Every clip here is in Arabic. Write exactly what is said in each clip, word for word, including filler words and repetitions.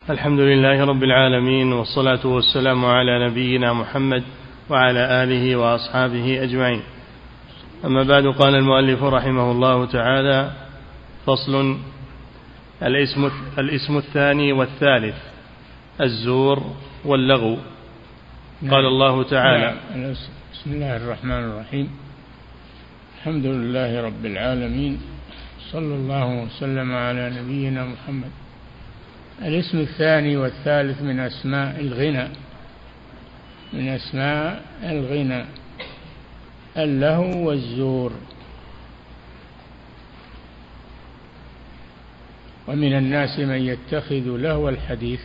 الحمد لله رب العالمين، والصلاة والسلام على نبينا محمد وعلى آله وأصحابه أجمعين. أما بعد، قال المؤلف رحمه الله تعالى: فصل. الاسم, الاسم الثاني والثالث: الزور واللغو. قال الله تعالى: بسم الله الرحمن الرحيم. الحمد لله رب العالمين، صلى الله وسلم على نبينا محمد. الاسم الثاني والثالث من أسماء الغنى، من أسماء الغنى اللهو والزور. ومن الناس من يتخذ لهو الحديث،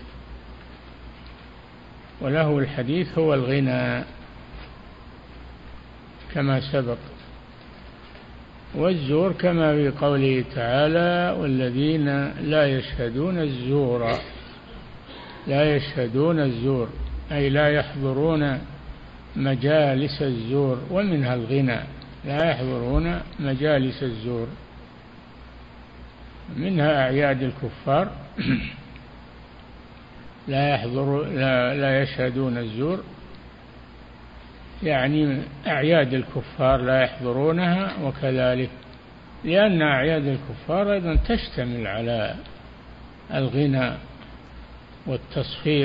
ولهو الحديث هو الغنى كما سبق، والزور كما في قوله تعالى: والذين لا يشهدون الزور. لا يشهدون الزور أي لا يحضرون مجالس الزور، ومنها الغنى، لا يحضرون مجالس الزور. منها أعياد الكفار لا يحضر لا, لا يشهدون الزور، يعني أعياد الكفار لا يحضرونها، وكذلك لأن أعياد الكفار أيضا تشتمل على الغنى والتصفيق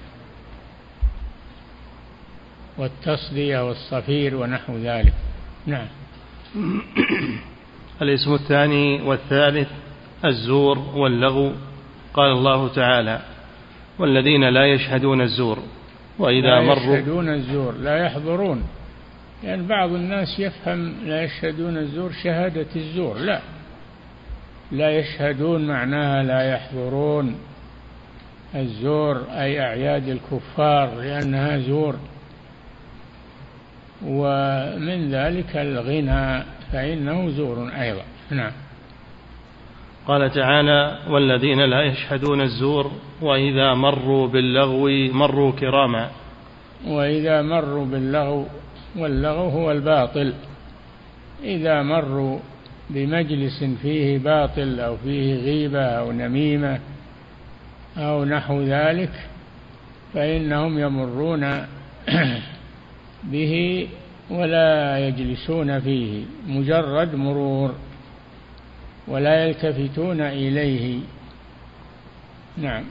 والتصدية والصفير ونحو ذلك. نعم. الاسم الثاني والثالث: الزور واللغو. قال الله تعالى: والذين لا يشهدون الزور وإذا لا مروا يشهدون الزور لا يحضرون، لأن يعني بعض الناس يفهم لا يشهدون الزور شهادة الزور. لا لا يشهدون معناها لا يحضرون الزور أي أعياد الكفار، لأنها زور. ومن ذلك الغنى فإنه زور أيضا. نعم. قال تعالى: والذين لا يشهدون الزور وإذا مروا باللغو مروا كراما. وإذا مروا باللغو، واللغو هو الباطل. إذا مروا بمجلس فيه باطل أو فيه غيبة أو نميمة أو نحو ذلك، فإنهم يمرون به ولا يجلسون فيه، مجرد مرور، ولا يلتفتون إليه. نعم.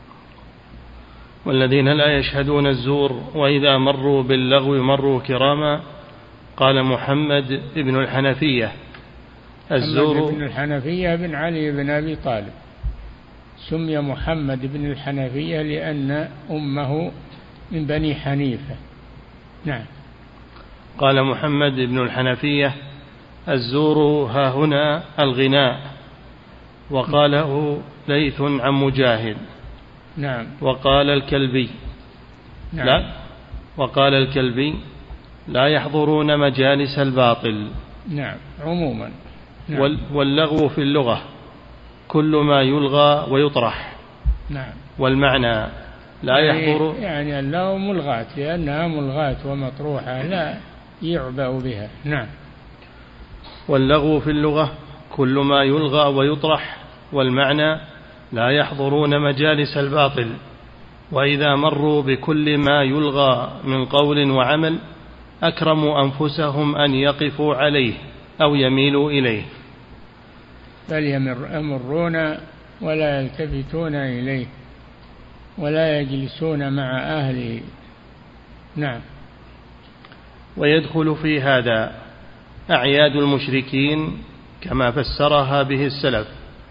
والذين لا يشهدون الزور وإذا مروا باللغو مروا كراما. قال محمد بن الحنفية: الزور محمد بن الحنفية بن علي بن أبي طالب، سمي محمد بن الحنفية لأن أمه من بني حنيفة. نعم. قال محمد بن الحنفية: الزور ها هنا الغناء. وقاله ليث عن مجاهد. نعم. وقال الكلبي نعم. لا وقال الكلبي: لا يحضرون مجالس الباطل. نعم، عموما. نعم. واللغو في اللغة كل ما يلغى ويطرح. نعم. والمعنى لا يحضر، يعني اللغو ملغاة، لأنها ملغاة ومطروحة لا يعبأ بها. نعم. واللغو في اللغة كل ما يلغى ويطرح، والمعنى لا يحضرون مجالس الباطل. وإذا مروا بكل ما يلغى من قول وعمل أكرموا أنفسهم أن يقفوا عليه أو يميلوا إليه، بل يمرون ولا يلتفتون إليه ولا يجلسون مع أهله. نعم. ويدخل في هذا أعياد المشركين كما فسرها به السلف.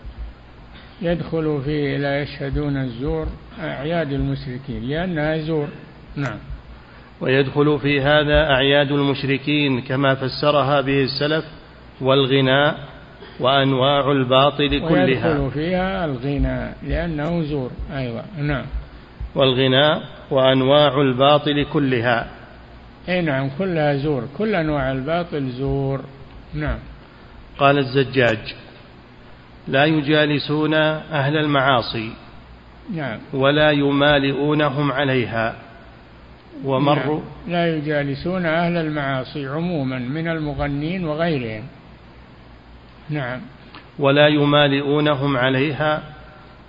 يدخل في لا يشهدون الزور أعياد المشركين لأنها زور. نعم. ويدخل في هذا أعياد المشركين كما فسرها به السلف، والغناء وأنواع الباطل كلها. ويدخل فيها الغناء لأنه زور أيضا. نعم. والغناء وأنواع الباطل كلها. أي نعم، كلها زور، كل أنواع الباطل زور. نعم. قال الزجاج: لا يجالسون أهل المعاصي. نعم. ولا يمالئونهم عليها. ومروا نعم. لا يجالسون أهل المعاصي عموما من المغنين وغيرهم. نعم. ولا يمالئونهم عليها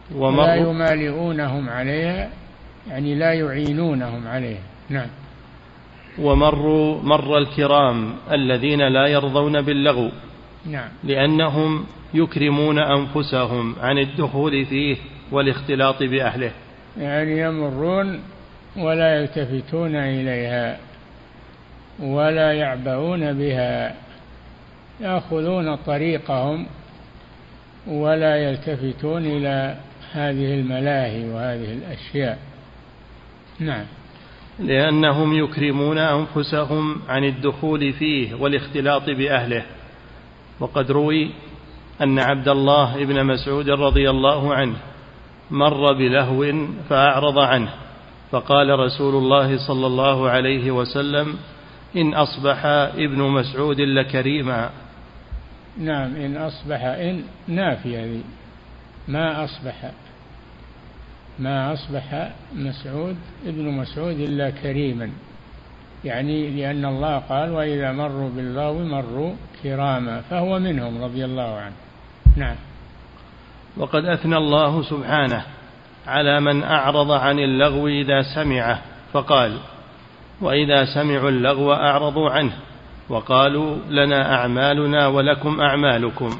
ولا يمالئونهم عليها، يعني لا يعينونهم عليها. نعم. ومروا مر الكرام الذين لا يرضون باللغو، نعم، لأنهم يكرمون أنفسهم عن الدخول فيه والاختلاط بأهله، يعني يمرون ولا يلتفتون إليها ولا يعبؤون بها، يأخذون طريقهم ولا يلتفتون إلى هذه الملاهي وهذه الأشياء. نعم. لأنهم يكرمون أنفسهم عن الدخول فيه والاختلاط بأهله. وقد روي أن عبد الله بن مسعود رضي الله عنه مر بلهو فأعرض عنه، فقال رسول الله صلى الله عليه وسلم: إن أصبح ابن مسعود لكريما. نعم، إن أصبح، إن نافية، ما أصبح ما أصبح مسعود ابن مسعود إلا كريما، يعني لأن الله قال: وإذا مروا باللغو مروا كراما، فهو منهم رضي الله عنه. نعم. وقد أثنى الله سبحانه على من أعرض عن اللغو إذا سمعه، فقال: وإذا سمعوا اللغو أعرضوا عنه وقالوا لنا أعمالنا ولكم أعمالكم.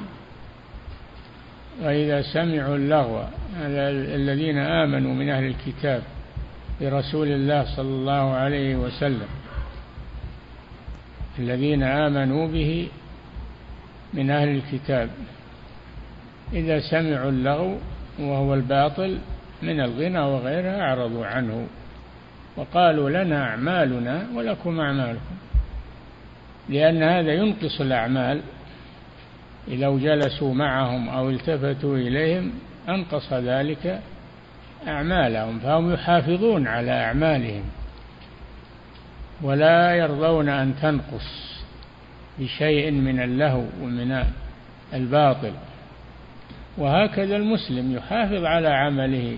وإذا سمعوا اللغو، الذين آمنوا من أهل الكتاب برسول الله صلى الله عليه وسلم، الذين آمنوا به من أهل الكتاب، إذا سمعوا اللغو وهو الباطل من الغنى وغيرها أعرضوا عنه وقالوا لنا أعمالنا ولكم أعمالكم، لأن هذا ينقص الأعمال. لو جلسوا معهم أو التفتوا إليهم أنقص ذلك أعمالهم، فهم يحافظون على أعمالهم ولا يرضون أن تنقص بشيء من اللهو ومن الباطل. وهكذا المسلم يحافظ على عمله،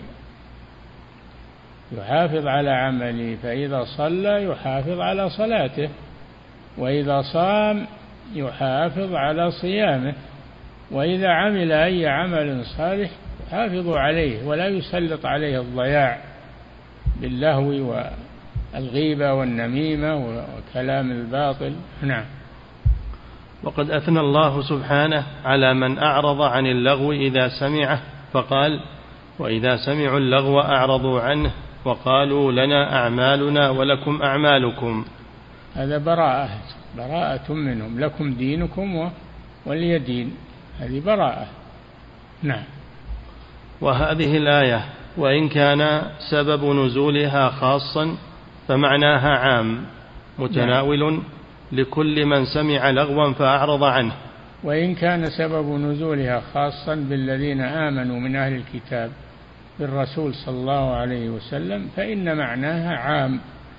يحافظ على عمله، فإذا صلى يحافظ على صلاته، وإذا صام يحافظ على صيامه، وإذا عمل أي عمل صالح يحافظ عليه ولا يسلط عليه الضياع باللهو والغيبة والنميمة وكلام الباطل. نعم. وقد أثنى الله سبحانه على من أعرض عن اللغو إذا سمعه، فقال: وإذا سمعوا اللغو أعرضوا عنه وقالوا لنا أعمالنا ولكم أعمالكم. هذا براءة براءة منهم، لكم دينكم ولي دين، هذه براءة. نعم. وهذه الآية وإن كان سبب نزولها خاصا فمعناها عام متناول لكل من سمع لغوا فأعرض عنه. وإن كان سبب نزولها خاصا بالذين آمنوا من أهل الكتاب بالرسول صلى الله عليه وسلم فإن معناها عام،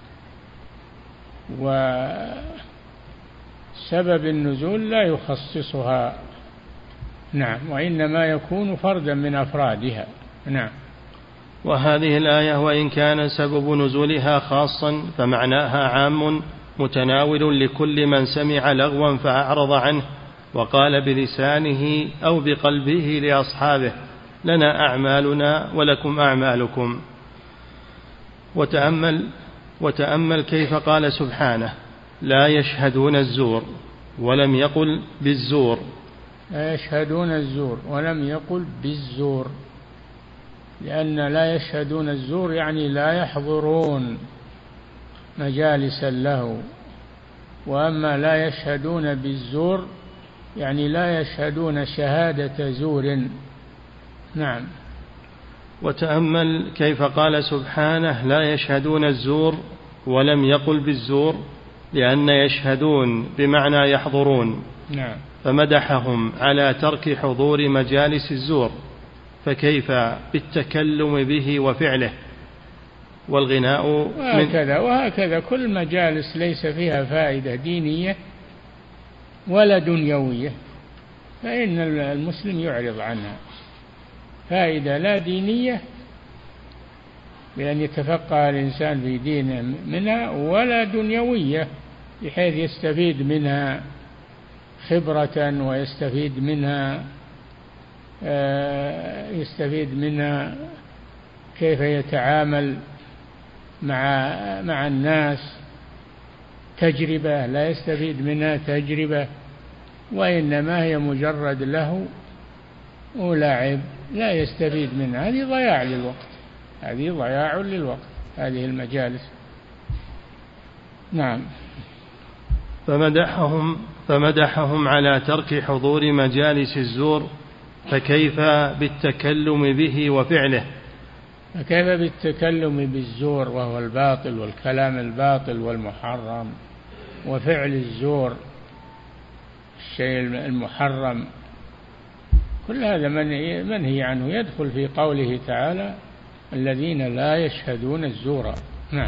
وسبب النزول لا يخصصها. نعم. وإنما يكون فردا من أفرادها. نعم. وهذه الآية وإن كان سبب نزولها خاصا فمعناها عام متناول لكل من سمع لغوا فأعرض عنه وقال بلسانه أو بقلبه لأصحابه: لنا أعمالنا ولكم أعمالكم. وتأمل وتأمل كيف قال سبحانه: لا يشهدون الزور ولم يقل بالزور. لا يشهدون الزور ولم يقل بالزور، لأن لا يشهدون الزور يعني لا يحضرون مجالس اللهو، وأما لا يشهدون بالزور يعني لا يشهدون شهادة زور. نعم. وتأمل كيف قال سبحانه: لا يشهدون الزور ولم يقل بالزور، لأن يشهدون بمعنى يحضرون. نعم. فمدحهم على ترك حضور مجالس الزور، فكيف بالتكلم به وفعله؟ والغناء وهكذا وهكذا كل مجالس ليس فيها فائدة دينية ولا دنيوية فإن المسلم يعرض عنها. فائدة لا دينية بأن يتفقه الإنسان في دينه منها، ولا دنيوية بحيث يستفيد منها خبرة ويستفيد منها يستفيد منها كيف يتعامل مع مع الناس، تجربة لا يستفيد منها تجربة، وإنما هي مجرد له ولعب لا يستفيد منها. هذه ضياع للوقت، هذه ضياع للوقت هذه المجالس. نعم. فمدحهم فمدحهم على ترك حضور مجالس الزور، فكيف بالتكلم به وفعله؟ فكيف بالتكلم بالزور وهو الباطل والكلام الباطل والمحرم، وفعل الزور الشيء المحرم، كل هذا منهي عنه، يدخل في قوله تعالى الذين لا يشهدون الزور. نعم.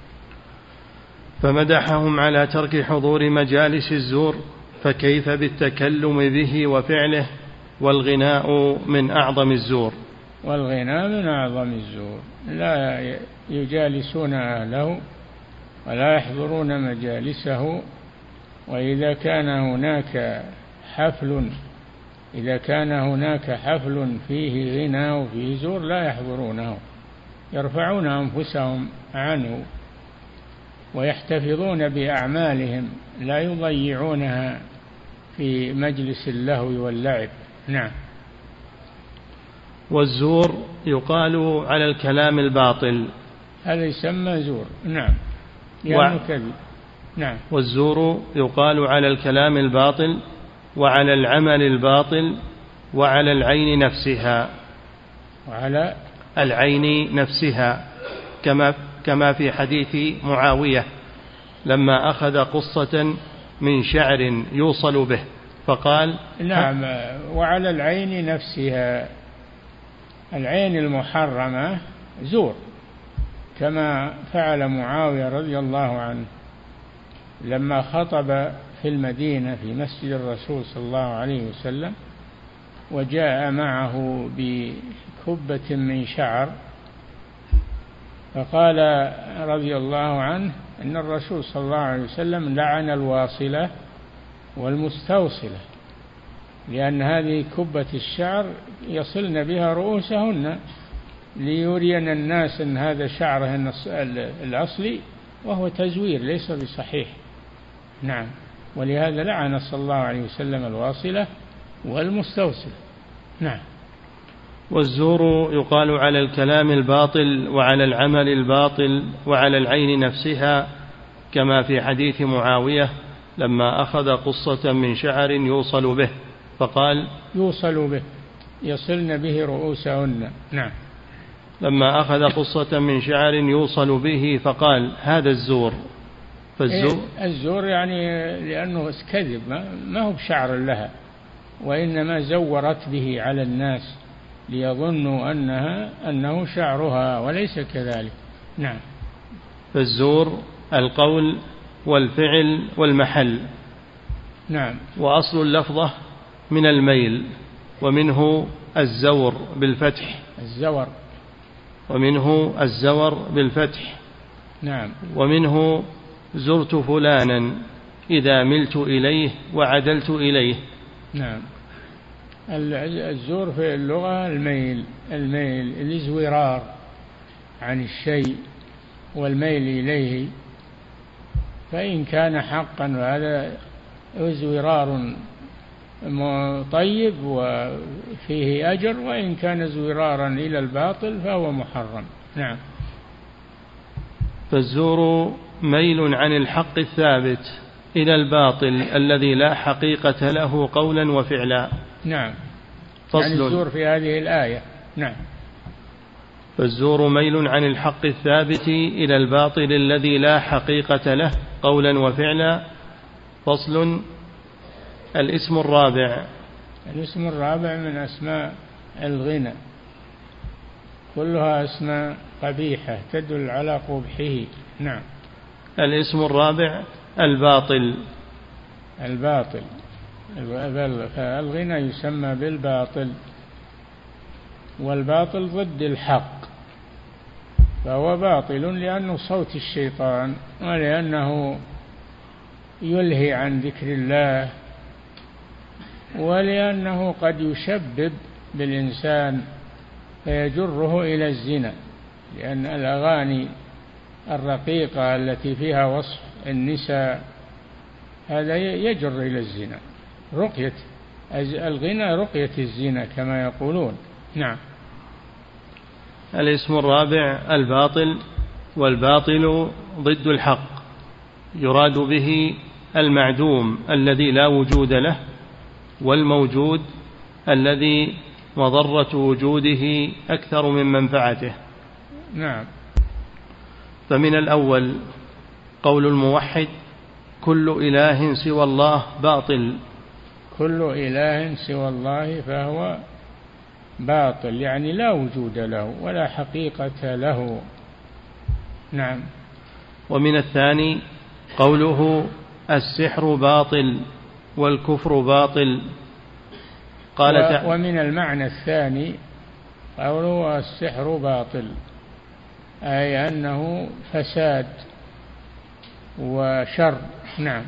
فمدحهم على ترك حضور مجالس الزور، فكيف بالتكلم به وفعله؟ والغناء من أعظم الزور. والغناء من أعظم الزور، لا يجالسون أهله ولا يحضرون مجالسه. وإذا كان هناك حفل إذا كان هناك حفل فيه غنى وفيه زور لا يحضرونه، يرفعون أنفسهم عنه ويحتفظون بأعمالهم، لا يضيعونها في مجلس اللهو واللعب. نعم. والزور يقال على الكلام الباطل، هذا يسمى زور. نعم، لأنه كذب. نعم. والزور يقال على الكلام الباطل وعلى العمل الباطل وعلى العين نفسها وعلى العين نفسها كما كما في حديث معاوية لما أخذ قصة من شعر يوصل به فقال. نعم. وعلى العين نفسها، العين المحرمة زور، كما فعل معاوية رضي الله عنه لما خطب في المدينة في مسجد الرسول صلى الله عليه وسلم، وجاء معه بكبة من شعر، فقال رضي الله عنه إن الرسول صلى الله عليه وسلم لعن الواصلة والمستوصلة، لأن هذه كبة الشعر يصلن بها رؤوسهن ليرين الناس أن هذا شعرهن الأصلي، وهو تزوير ليس بصحيح. نعم. ولهذا لعن صلى الله عليه وسلم الواصلة والمستوصلة. نعم. والزور يقال على الكلام الباطل وعلى العمل الباطل وعلى العين نفسها كما في حديث معاوية لما أخذ قصة من شعر يوصل به فقال. يوصل به يصلن به رؤوسهن. نعم. لما أخذ قصة من شعر يوصل به فقال هذا الزور. فالزور إيه الزور يعني لأنه كذب، ما هو بشعر لها، وإنما زورت به على الناس ليظنوا أنها أنه شعرها وليس كذلك. نعم. فالزور القول والفعل والمحل. نعم. وأصل اللفظة من الميل، ومنه الزور بالفتح. الزور. ومنه الزور بالفتح. نعم. ومنه زرت فلانا إذا ملت إليه وعدلت إليه. نعم. الزور في اللغة الميل، الميل الازورار عن الشيء والميل إليه، فإن كان حقا وهذا ازورار طيب وفيه أجر، وإن كان زورارا إلى الباطل فهو محرم. نعم. فالزور ميل عن الحق الثابت إلى الباطل الذي لا حقيقة له قولا وفعلا. نعم. فصل. يعني الزور في هذه الآية. نعم. فالزور ميل عن الحق الثابت إلى الباطل الذي لا حقيقة له قولا وفعلا. فصل. الاسم الرابع. الاسم الرابع من أسماء الغنى، كلها أسماء قبيحة تدل على قبحه. نعم. الاسم الرابع الباطل. الباطل الغنى يسمى بالباطل، والباطل ضد الحق، فهو باطل لأنه صوت الشيطان، ولأنه يلهي عن ذكر الله، ولأنه قد يسبب بالإنسان فيجره إلى الزنا، لأن الأغاني الرقيقة التي فيها وصف النساء هذا يجر إلى الزنا. رقية الغنى رقية الزنا كما يقولون. نعم. الاسم الرابع الباطل، والباطل ضد الحق، يراد به المعدوم الذي لا وجود له، والموجود الذي مضرة وجوده أكثر من منفعته. نعم. فمن الأول قول الموحد كل إله سوى الله باطل. كل إله سوى الله فهو باطل، يعني لا وجود له ولا حقيقة له. نعم. ومن الثاني قوله السحر باطل والكفر باطل. قال و ومن المعنى الثاني قوله السحر باطل، أي أنه فساد وشر. نعم.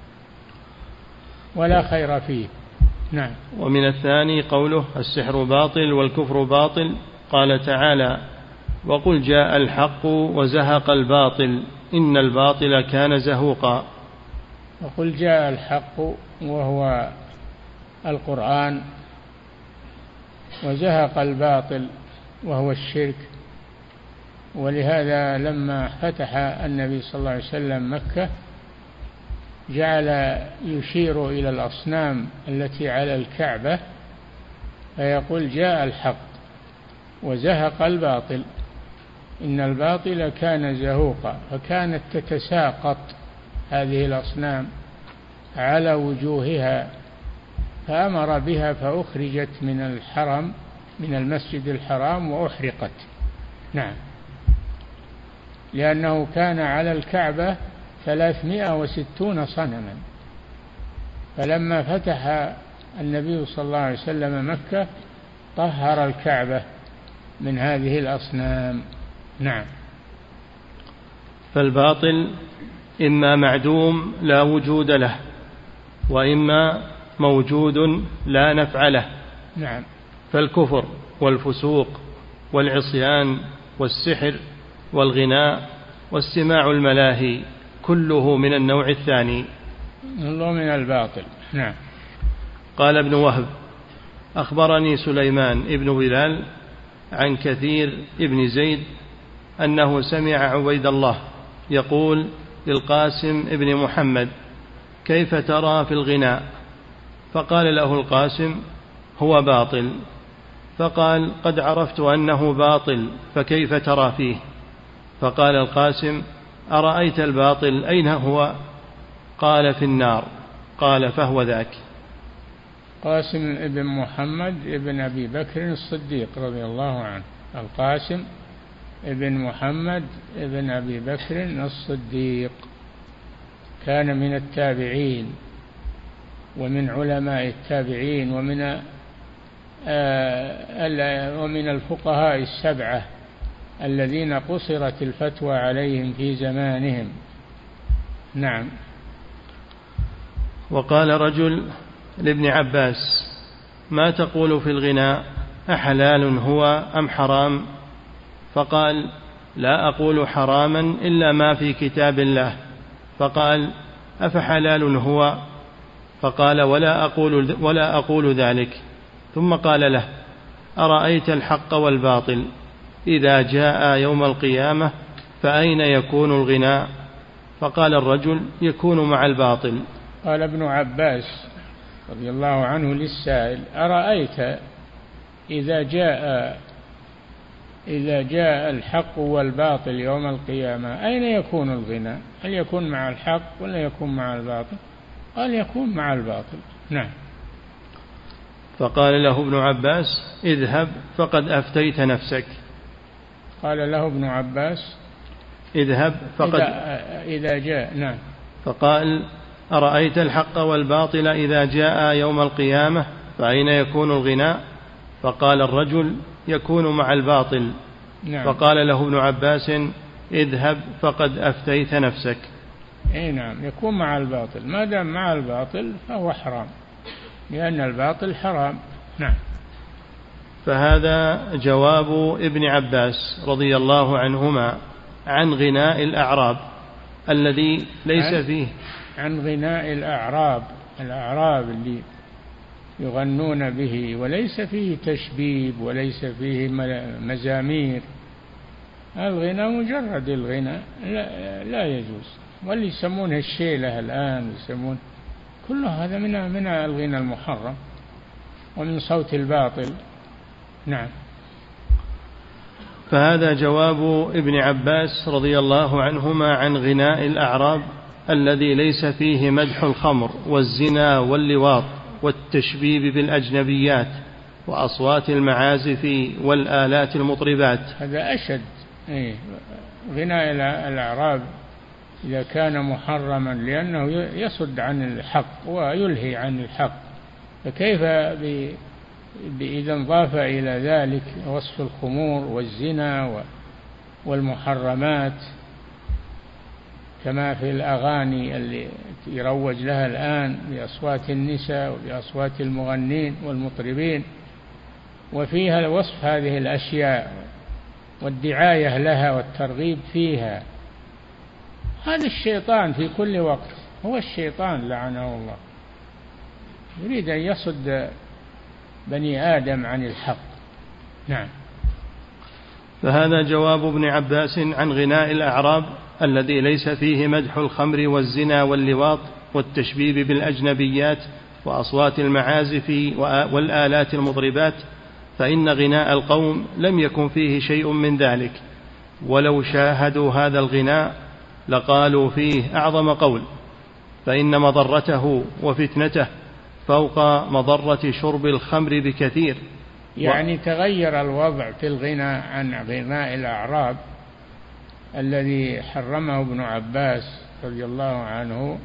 ولا خير فيه. نعم. ومن الثاني قوله السحر باطل والكفر باطل. قال تعالى وقل جاء الحق وزهق الباطل إن الباطل كان زهوقا. وقل جاء الحق وهو القرآن، وزهق الباطل وهو الشرك. ولهذا لما فتح النبي صلى الله عليه وسلم مكة جعل يشير إلى الأصنام التي على الكعبة فيقول جاء الحق وزهق الباطل إن الباطل كان زهوقا. فكانت تتساقط هذه الأصنام على وجوهها، فأمر بها فأخرجت من الحرم من المسجد الحرام وأحرقت. نعم. لأنه كان على الكعبة ثلاثمائة وستون صنما، فلما فتح النبي صلى الله عليه وسلم مكة طهر الكعبة من هذه الأصنام. نعم. فالباطل إما معدوم لا وجود له، وإما موجود لا نفع له. نعم. فالكفر والفسوق والعصيان والسحر والغناء واستماع الملاهي كله من النوع الثاني، كله من الباطل. نعم. قال ابن وهب أخبرني سليمان ابن بلال عن كثير ابن زيد أنه سمع عبيد الله يقول للقاسم ابن محمد كيف ترى في الغناء؟ فقال له القاسم هو باطل. فقال قد عرفت أنه باطل فكيف ترى فيه؟ فقال القاسم أرأيت الباطل أين هو؟ قال في النار. قال فهو ذاك. قاسم ابن محمد ابن أبي بكر الصديق رضي الله عنه. القاسم ابن محمد ابن أبي بكر الصديق كان من التابعين ومن علماء التابعين ومن آه ومن الفقهاء السبعة الذين قصرت الفتوى عليهم في زمانهم. نعم. وقال رجل لابن عباس ما تقول في الغناء أحلال هو أم حرام؟ فقال لا أقول حراما إلا ما في كتاب الله. فقال أفحلال هو؟ فقال ولا أقول, ولا أقول ذلك. ثم قال له أرأيت الحق والباطل إذا جاء يوم القيامة فأين يكون الغناء؟ فقال الرجل يكون مع الباطل. قال ابن عباس رضي الله عنه للسائل أرأيت إذا جاء إذا جاء الحق والباطل يوم القيامة أين يكون الغناء؟ هل يكون مع الحق ولا يكون مع الباطل؟ قال يكون مع الباطل. نعم. فقال له ابن عباس اذهب فقد أفتيت نفسك. قال له ابن عباس اذهب فقد إذا, إذا جاء. نعم. فقال أرأيت الحق والباطل إذا جاء يوم القيامة فأين يكون الغناء؟ فقال الرجل يكون مع الباطل. نعم. فقال له ابن عباس اذهب فقد أفتيت نفسك. اي نعم يكون مع الباطل، ما دام مع الباطل فهو حرام، لأن الباطل حرام. نعم. فهذا جواب ابن عباس رضي الله عنهما عن غناء الأعراب الذي ليس عن فيه عن غناء الأعراب الأعراب اللي يغنون به وليس فيه تشبيب وليس فيه مزامير. الغناء مجرد الغناء لا, لا يجوز. واللي يسمونه الشيلة الآن يسمون كل هذا من من الغناء المحرم ومن صوت الباطل. نعم. فهذا جواب ابن عباس رضي الله عنهما عن غناء الأعراب الذي ليس فيه مدح الخمر والزنا واللواط والتشبيب بالأجنبيات وأصوات المعازف والآلات المطربات. هذا أشد. إيه. غناء الأعراب إذا كان محرما لأنه يصد عن الحق ويلهي عن الحق، فكيف إذا انضاف إلى ذلك وصف الخمور والزنا والمحرمات كما في الأغاني اللي يروج لها الآن بأصوات النساء وبأصوات المغنين والمطربين، وفيها وصف هذه الأشياء والدعاية لها والترغيب فيها. هذا الشيطان في كل وقت، هو الشيطان لعنه الله، يريد أن يصد بني آدم عن الحق. نعم. فهذا جواب ابن عباس عن غناء الأعراب الذي ليس فيه مدح الخمر والزنا واللواط والتشبيب بالأجنبيات وأصوات المعازف والآلات المطربات، فإن غناء القوم لم يكن فيه شيء من ذلك، ولو شاهدوا هذا الغناء لقالوا فيه أعظم قول، فإن مضرته وفتنته فوق مضرة شرب الخمر بكثير. يعني تغير الوضع في الغناء عن غناء الأعراب الذي حرمه ابن عباس رضي الله عنه،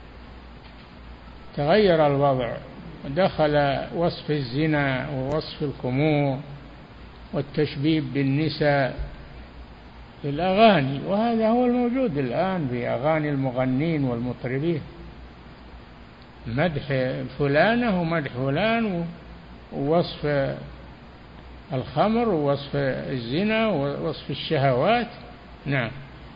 تغير الوضع، دخل وصف الزنا ووصف الخمور والتشبيب بالنساء في الأغاني، وهذا هو الموجود الآن في أغاني المغنين والمطربين، مدح فلانة ومدح فلان ووصف الخمر ووصف الزنا ووصف الشهوات. نعم.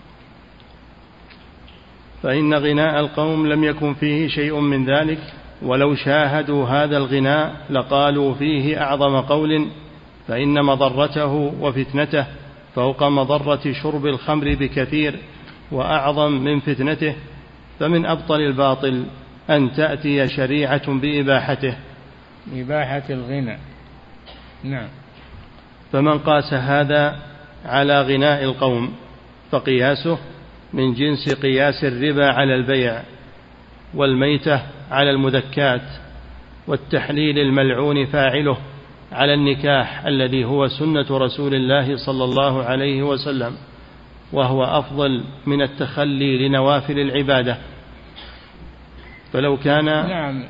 فإن غناء القوم لم يكن فيه شيء من ذلك، ولو شاهدوا هذا الغناء لقالوا فيه أعظم قول، فإن مضرته وفتنته فوق مضرة شرب الخمر بكثير وأعظم من فتنته، فمن أبطل الباطل أن تأتي شريعة بإباحته، إباحة الغناء. نعم. فمن قاس هذا على غناء القوم فقياسه من جنس قياس الربا على البيع والميتة على المذكات والتحليل الملعون فاعله على النكاح الذي هو سنة رسول الله صلى الله عليه وسلم، وهو أفضل من التخلي لنوافل العبادة. فلو كان نعم،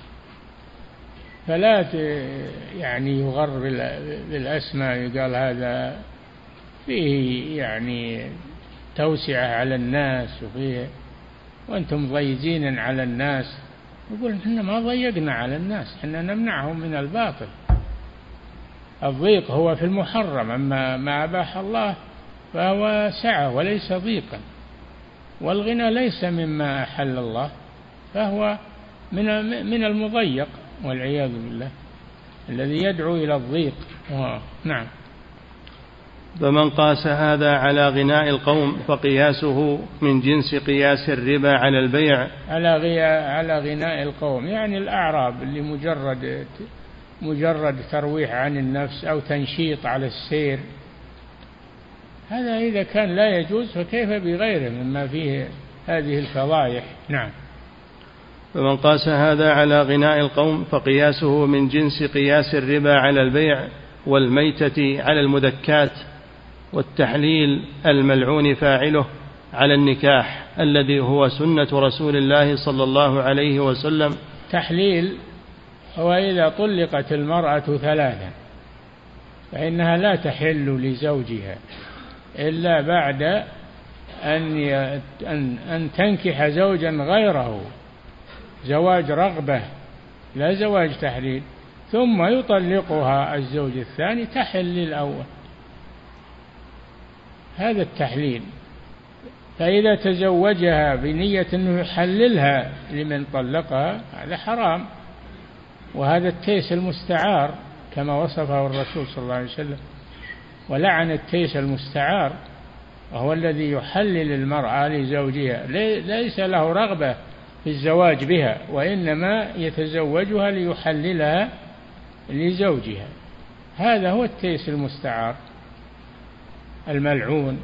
فلا يعني يغر بالأسماء، يقال هذا فيه يعني توسعة على الناس وفيه وأنتم ضيقين على الناس. يقول إحنا ما ضيقنا على الناس، إحنا نمنعهم من الباطل. الضيق هو في المحرم، أما ما أباح الله فهو سعة وليس ضيقا، والغنى ليس مما أحل الله فهو من من المضيق والعياذ بالله الذي يدعو إلى الضيق. نعم. فمن قاس هذا على غناء القوم فقياسه من جنس قياس الربا على البيع على على غناء القوم، يعني الأعراب اللي مجرد مجرد ترويح عن النفس أو تنشيط على السير، هذا إذا كان لا يجوز فكيف بغيره مما فيه هذه الفضائح. نعم. فمن قاس هذا على غناء القوم فقياسه من جنس قياس الربا على البيع والميتة على المذكات والتحليل الملعون فاعله على النكاح الذي هو سنة رسول الله صلى الله عليه وسلم. تحليل هو إذا طلقت المرأة ثلاثا فإنها لا تحل لزوجها إلا بعد أن أن أن تنكح زوجا غيره، زواج رغبة لا زواج تحليل، ثم يطلقها الزوج الثاني تحل للأول. هذا التحليل. فإذا تزوجها بنية أنه يحللها لمن طلقها هذا حرام، وهذا التيس المستعار كما وصفه الرسول صلى الله عليه وسلم، ولعن التيس المستعار، وهو الذي يحلل المرأة لزوجها ليس له رغبة في الزواج بها، وإنما يتزوجها ليحللها لزوجها. هذا هو التيس المستعار الملعون.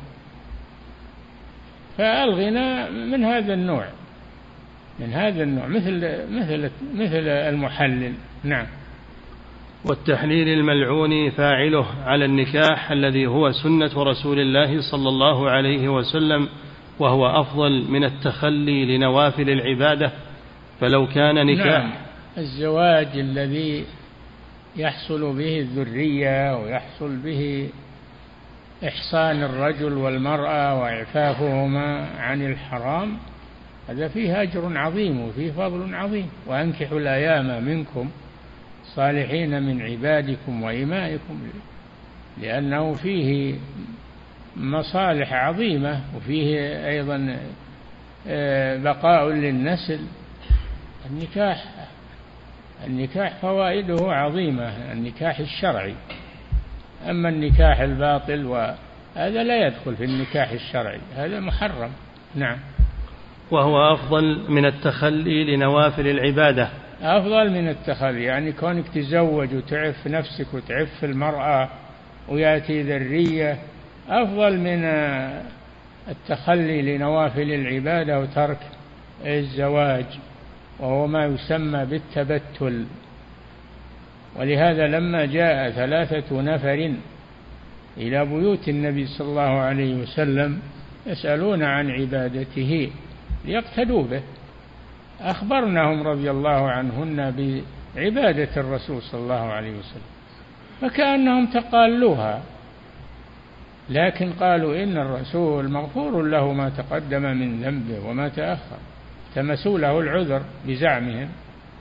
فالغنى من هذا النوع من هذا النوع مثل مثل مثل المحلل. نعم. والتحليل الملعون فاعله على النكاح الذي هو سنة رسول الله صلى الله عليه وسلم، وهو أفضل من التخلي لنوافل العبادة. فلو كان نكاح نعم. الزواج الذي يحصل به الذرية ويحصل به إحصان الرجل والمرأة وإعفافهما عن الحرام هذا فيه أجر عظيم وفيه فضل عظيم. وأنكحوا الأيام منكم صالحين من عبادكم وإمائكم، لأنه فيه مصالح عظيمة وفيه أيضا بقاء للنسل. النكاح النكاح فوائده عظيمة، النكاح الشرعي. أما النكاح الباطل وهذا لا يدخل في النكاح الشرعي، هذا محرم. نعم. وهو أفضل من التخلي لنوافل العبادة. أفضل من التخلي يعني كونك تزوج وتعف نفسك وتعف المرأة ويأتي ذرية أفضل من التخلي لنوافل العبادة وترك الزواج، وهو ما يسمى بالتبتل. ولهذا لما جاء ثلاثة نفر إلى بيوت النبي صلى الله عليه وسلم يسألون عن عبادته ليقتدوا به، أخبرناهم رضي الله عنهن بعبادة الرسول صلى الله عليه وسلم، فكأنهم تقالوها، لكن قالوا إن الرسول مغفور له ما تقدم من ذنبه وما تأخر، تمسوا له العذر بزعمهم.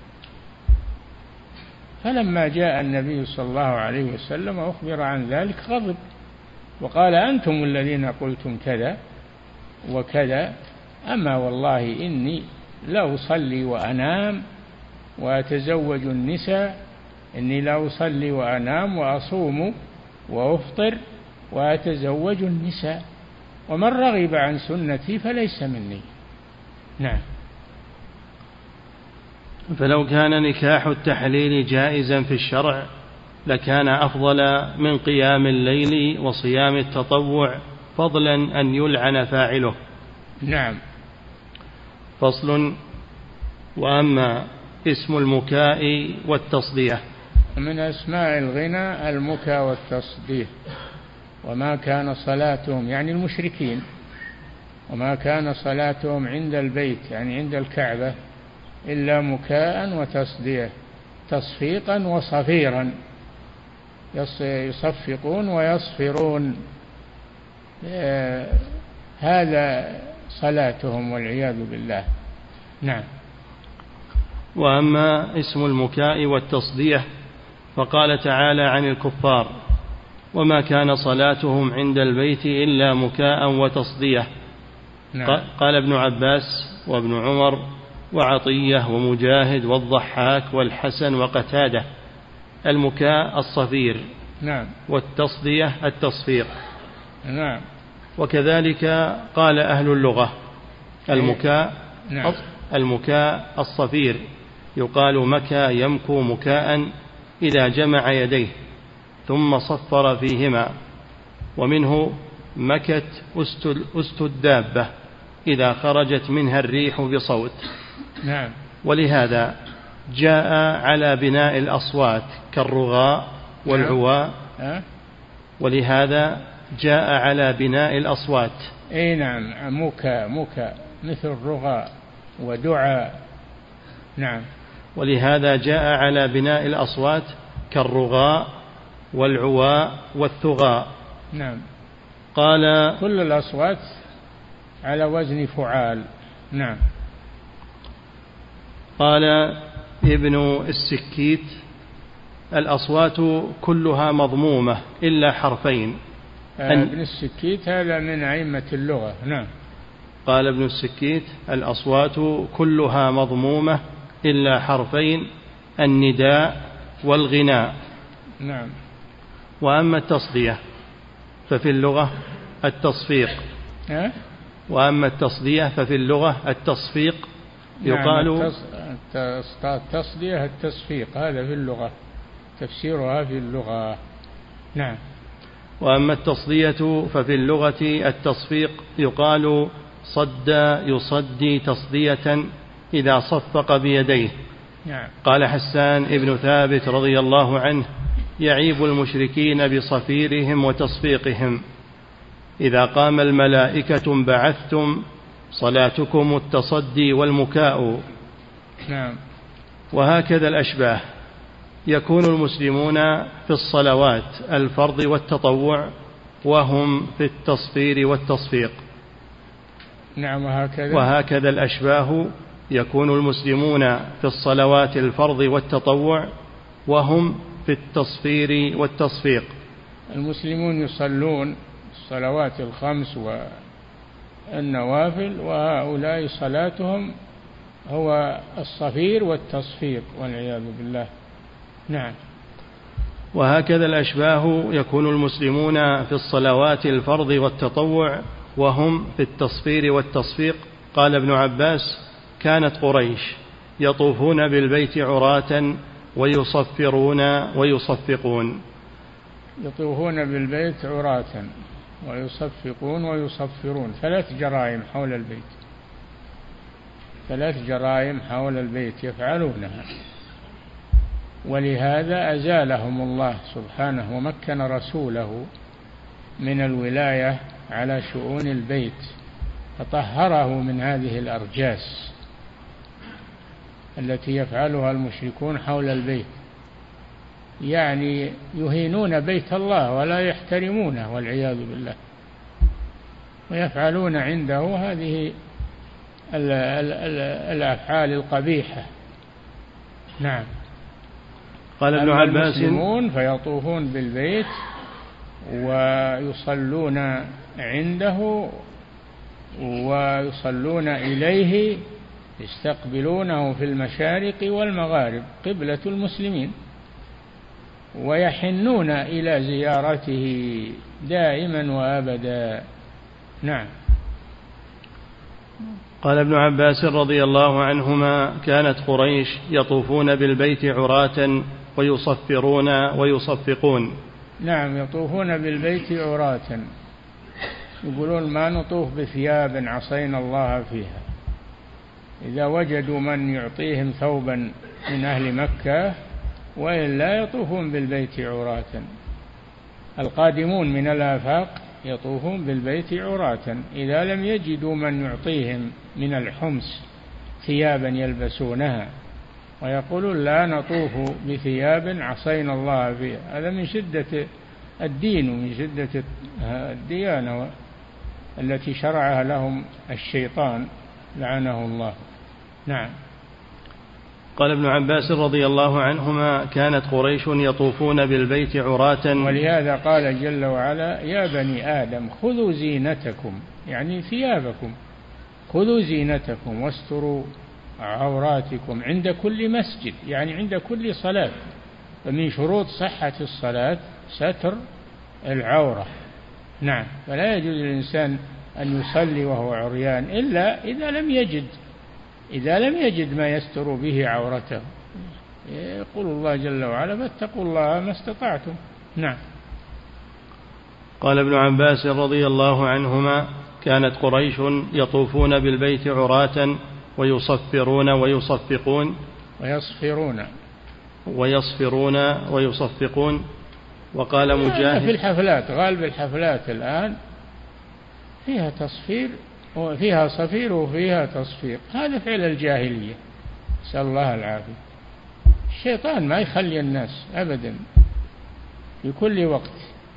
فلما جاء النبي صلى الله عليه وسلم وأخبر عن ذلك غضب وقال أنتم الذين قلتم كذا وكذا، أما والله إني لا أصلي وأنام وأتزوج النساء، إني لا أصلي وأنام وأصوم وأفطر وأتزوج النساء، ومن رغب عن سنتي فليس مني. نعم. فلو كان نكاح التحليل جائزا في الشرع لكان أفضل من قيام الليل وصيام التطوع، فضلا أن يلعن فاعله. نعم. فصل. وأما اسم المكاء والتصدية. من أسماء الغنى المكاء والتصدية. وما كان صلاتهم يعني المشركين، وما كان صلاتهم عند البيت يعني عند الكعبة إلا مكاء وتصدية، تصفيقا وصفيرا، يصفقون ويصفرون، هذا صلاتهم والعياذ بالله. نعم. وأما اسم المكاء والتصدية فقال تعالى عن الكفار وما كان صلاتهم عند البيت إلا مكاء وتصدية. نعم. قال ابن عباس وابن عمر وعطية ومجاهد والضحاك والحسن وقتادة المكاء الصفير. نعم. والتصدية التصفيق. نعم. وكذلك قال أهل اللغة المكاء. نعم. المكاء الصفير يقال مكى يمكو مكاء إذا جمع يديه ثم صفر فيهما، ومنه مكت أست الدابة إذا خرجت منها الريح بصوت. نعم. ولهذا جاء على بناء الأصوات كالرغاء والعواء. نعم. ولهذا جاء على بناء الأصوات. أي نعم. مكا مكا مثل الرغاء ودعاء. نعم. ولهذا جاء على بناء الأصوات كالرغاء والعواء والثغاء. نعم. قال كل الأصوات على وزن فعال. نعم. قال ابن السكيت الأصوات كلها مضمومة إلا حرفين. أن ابن السكيت هذا من أئمة اللغة. نعم. قال ابن السكيت: الأصوات كلها مضمومة إلا حرفين: النداء والغناء. نعم. وأما التصدية ففي اللغة التصفيق. أه؟ وأما التصدية ففي اللغة التصفيق يقال. نعم. التصدية التصفيق، هذا في اللغة تفسيرها في اللغة. نعم. وأما التصدية ففي اللغة التصفيق يقال صد يصدي تصدية إذا صفق بيديه. نعم. قال حسان ابن ثابت رضي الله عنه: يعيب المشركين بصفيرهم وتصفيقهم. إذا قام الملائكة انبعثتم، صلاتكم التصدي والمكاء. نعم. وهكذا الأشباه. يكون المسلمون في الصلوات الفرض والتطوع وهم في التصفير والتصفيق. نعم. وهكذا وهكذا الأشباه. يكون المسلمون في الصلوات الفرض والتطوع وهم في التصفير والتصفيق. المسلمون يصلون الصلوات الخمس والنوافل، وهؤلاء صلاتهم هو الصفير والتصفيق والعياذ بالله. نعم. وهكذا الأشباه. يكون المسلمون في الصلوات الفرض والتطوع وهم في التصفير والتصفيق. قال ابن عباس: كانت قريش يطوفون بالبيت عراة ويصفرون ويصفقون. يطوفون بالبيت عراة ويصفقون ويصفرون، ثلاث جرائم حول البيت، ثلاث جرائم حول البيت يفعلونها، ولهذا أزالهم الله سبحانه ومكن رسوله من الولاية على شؤون البيت، فطهره من هذه الأرجاس التي يفعلها المشركون حول البيت، يعني يهينون بيت الله ولا يحترمونه والعياذ بالله، ويفعلون عنده هذه الأفعال القبيحة. نعم. قال ابن عباس: المسلمون فيطوفون بالبيت ويصلون عنده ويصلون إليه، يستقبلونه في المشارق والمغارب قبلة المسلمين، ويحنون إلى زيارته دائما وأبدا. نعم. قال ابن عباس رضي الله عنهما: كانت قريش يطوفون بالبيت عراة ويصفرون ويصفقون. نعم. يطوفون بالبيت عراة، يقولون ما نطوف بثياب عصينا الله فيها. إذا وجدوا من يعطيهم ثوبا من أهل مكة وإلا يطوفون بالبيت عراة. القادمون من الآفاق يطوفون بالبيت عراة إذا لم يجدوا من يعطيهم من الحمص ثيابا يلبسونها، ويقولون لا نطوف بثياب عصينا الله فيها. هذا من شدة الدين ومن شدة الديانة التي شرعها لهم الشيطان لعنه الله. نعم. قال ابن عباس رضي الله عنهما: كانت قريش يطوفون بالبيت عراة. ولهذا قال جل وعلا: يا بني آدم خذوا زينتكم، يعني ثيابكم، خذوا زينتكم واستروا عوراتكم عند كل مسجد، يعني عند كل صلاة. فمن شروط صحة الصلاة ستر العورة. نعم. فلا يجوز للإنسان أن يصلي وهو عريان إلا إذا لم يجد إذا لم يجد ما يستر به عورته. يقول الله جل وعلا: فاتقوا الله ما استطعتم. نعم. قال ابن عباس رضي الله عنهما: كانت قريش يطوفون بالبيت عراة ويصفرون ويصفقون ويصفرون ويصفرون ويصفقون. وقال مجاهد: في الحفلات، غالب الحفلات الآن فيها تصفير وفيها صفير وفيها تصفيق، هذا فعل الجاهلية، نسأل الله العافية. الشيطان ما يخلي الناس أبدا في كل وقت.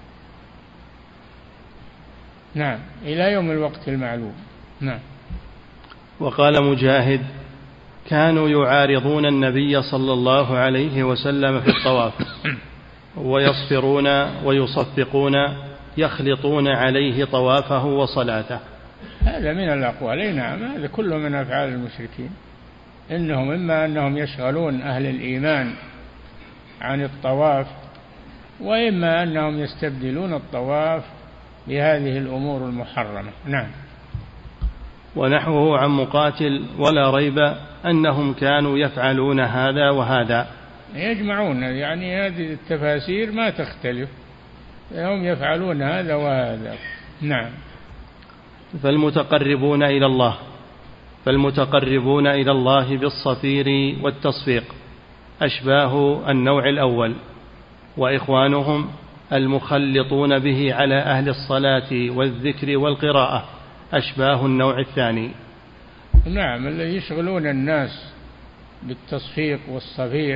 نعم. إلى يوم الوقت المعلوم. نعم. وقال مجاهد: كانوا يعارضون النبي صلى الله عليه وسلم في الطواف ويصفرون ويصفقون يخلطون عليه طوافه وصلاته. هذا من الأقوال، نعم، هذا كله من أفعال المشركين، إنهم إما أنهم يشغلون أهل الإيمان عن الطواف، وإما أنهم يستبدلون الطواف بهذه الأمور المحرمة. نعم. ونحوه عن مقاتل: ولا ريب أنهم كانوا يفعلون هذا وهذا. يجمعون، يعني هذه التفاسير ما تختلف، هم يفعلون هذا وهذا. نعم. فالمتقربون إلى الله فالمتقربون إلى الله بالصفير والتصفيق أشباه النوع الأول، وإخوانهم المخلطون به على أهل الصلاة والذكر والقراءة أشباه النوع الثاني. نعم، الذي يشغلون الناس بالتصفيق والصفير،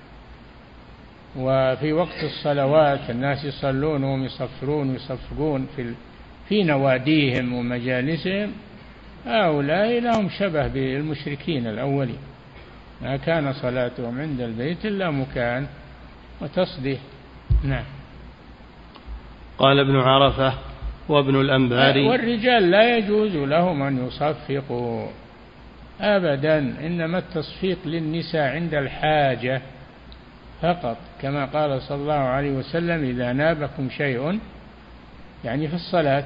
وفي وقت الصلوات الناس يصلون وهم يصفرون ويصفقون في في نواديهم ومجالسهم، هؤلاء لهم شبه بالمشركين الأولين، ما كان صلاتهم عند البيت إلا مكان وتصديح. نعم. قال ابن عرفة وابن الأنباري: والرجال لا يجوز لهم أن يصفقوا أبدا، إنما التصفيق للنساء عند الحاجة فقط، كما قال صلى الله عليه وسلم: إذا نابكم شيء، يعني في الصلاة،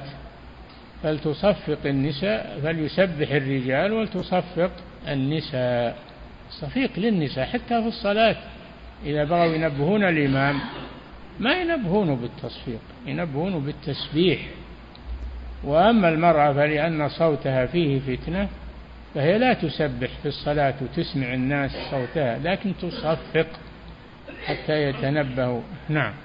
فلتصفق النساء، فليسبح الرجال ولتصفق النساء. صفيق للنساء حتى في الصلاة، إذا بغوا ينبهون الإمام ما ينبهونه بالتصفيق، ينبهونه بالتسبيح. وأما المرأة فلأن صوتها فيه فتنة، فهي لا تسبح في الصلاة وتسمع الناس صوتها، لكن تصفق حتى يتنبهوا. نعم.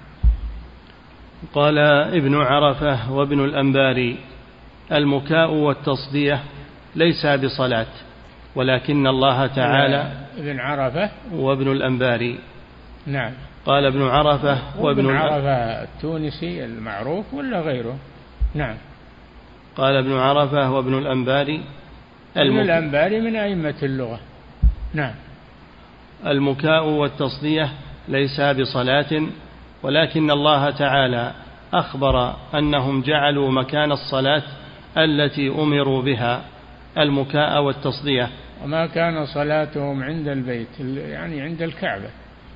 قال ابن عرفة وابن الأنباري: المكاء والتصدية ليس بصلاة، ولكن الله تعالى. ابن عرفة وابن الأنباري. نعم. قال ابن عرفة وابن ابن عرفة التونسي المعروف ولا غيره؟ نعم. قال ابن عرفة وابن الأنباري: ابن الأنباري من أئمة اللغة. نعم. المكاء والتصدية ليس بصلاة، ولكن الله تعالى أخبر أنهم جعلوا مكان الصلاة التي أمروا بها المكاء والتصدية. وما كان صلاتهم عند البيت، يعني عند الكعبة،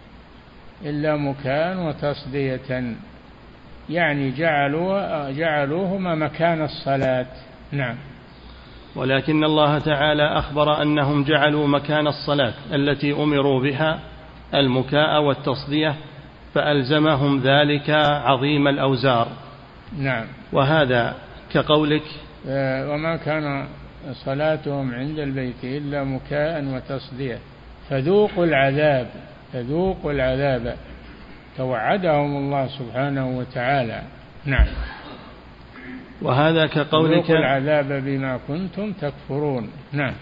إلا مكاء وتصدية، يعني جعلوه جعلوهما مكان الصلاة. نعم. ولكن الله تعالى أخبر أنهم جعلوا مكان الصلاة التي أمروا بها المكاء والتصدية، فألزمهم ذلك عظيم الأوزار. نعم. وهذا كقولك: وما كان صلاتهم عند البيت إلا مكاء وتصدية فذوقوا العذاب فذوقوا العذاب توعدهم الله سبحانه وتعالى. نعم. وهذا كقولك: ذوقوا العذاب بما كنتم تكفرون. نعم.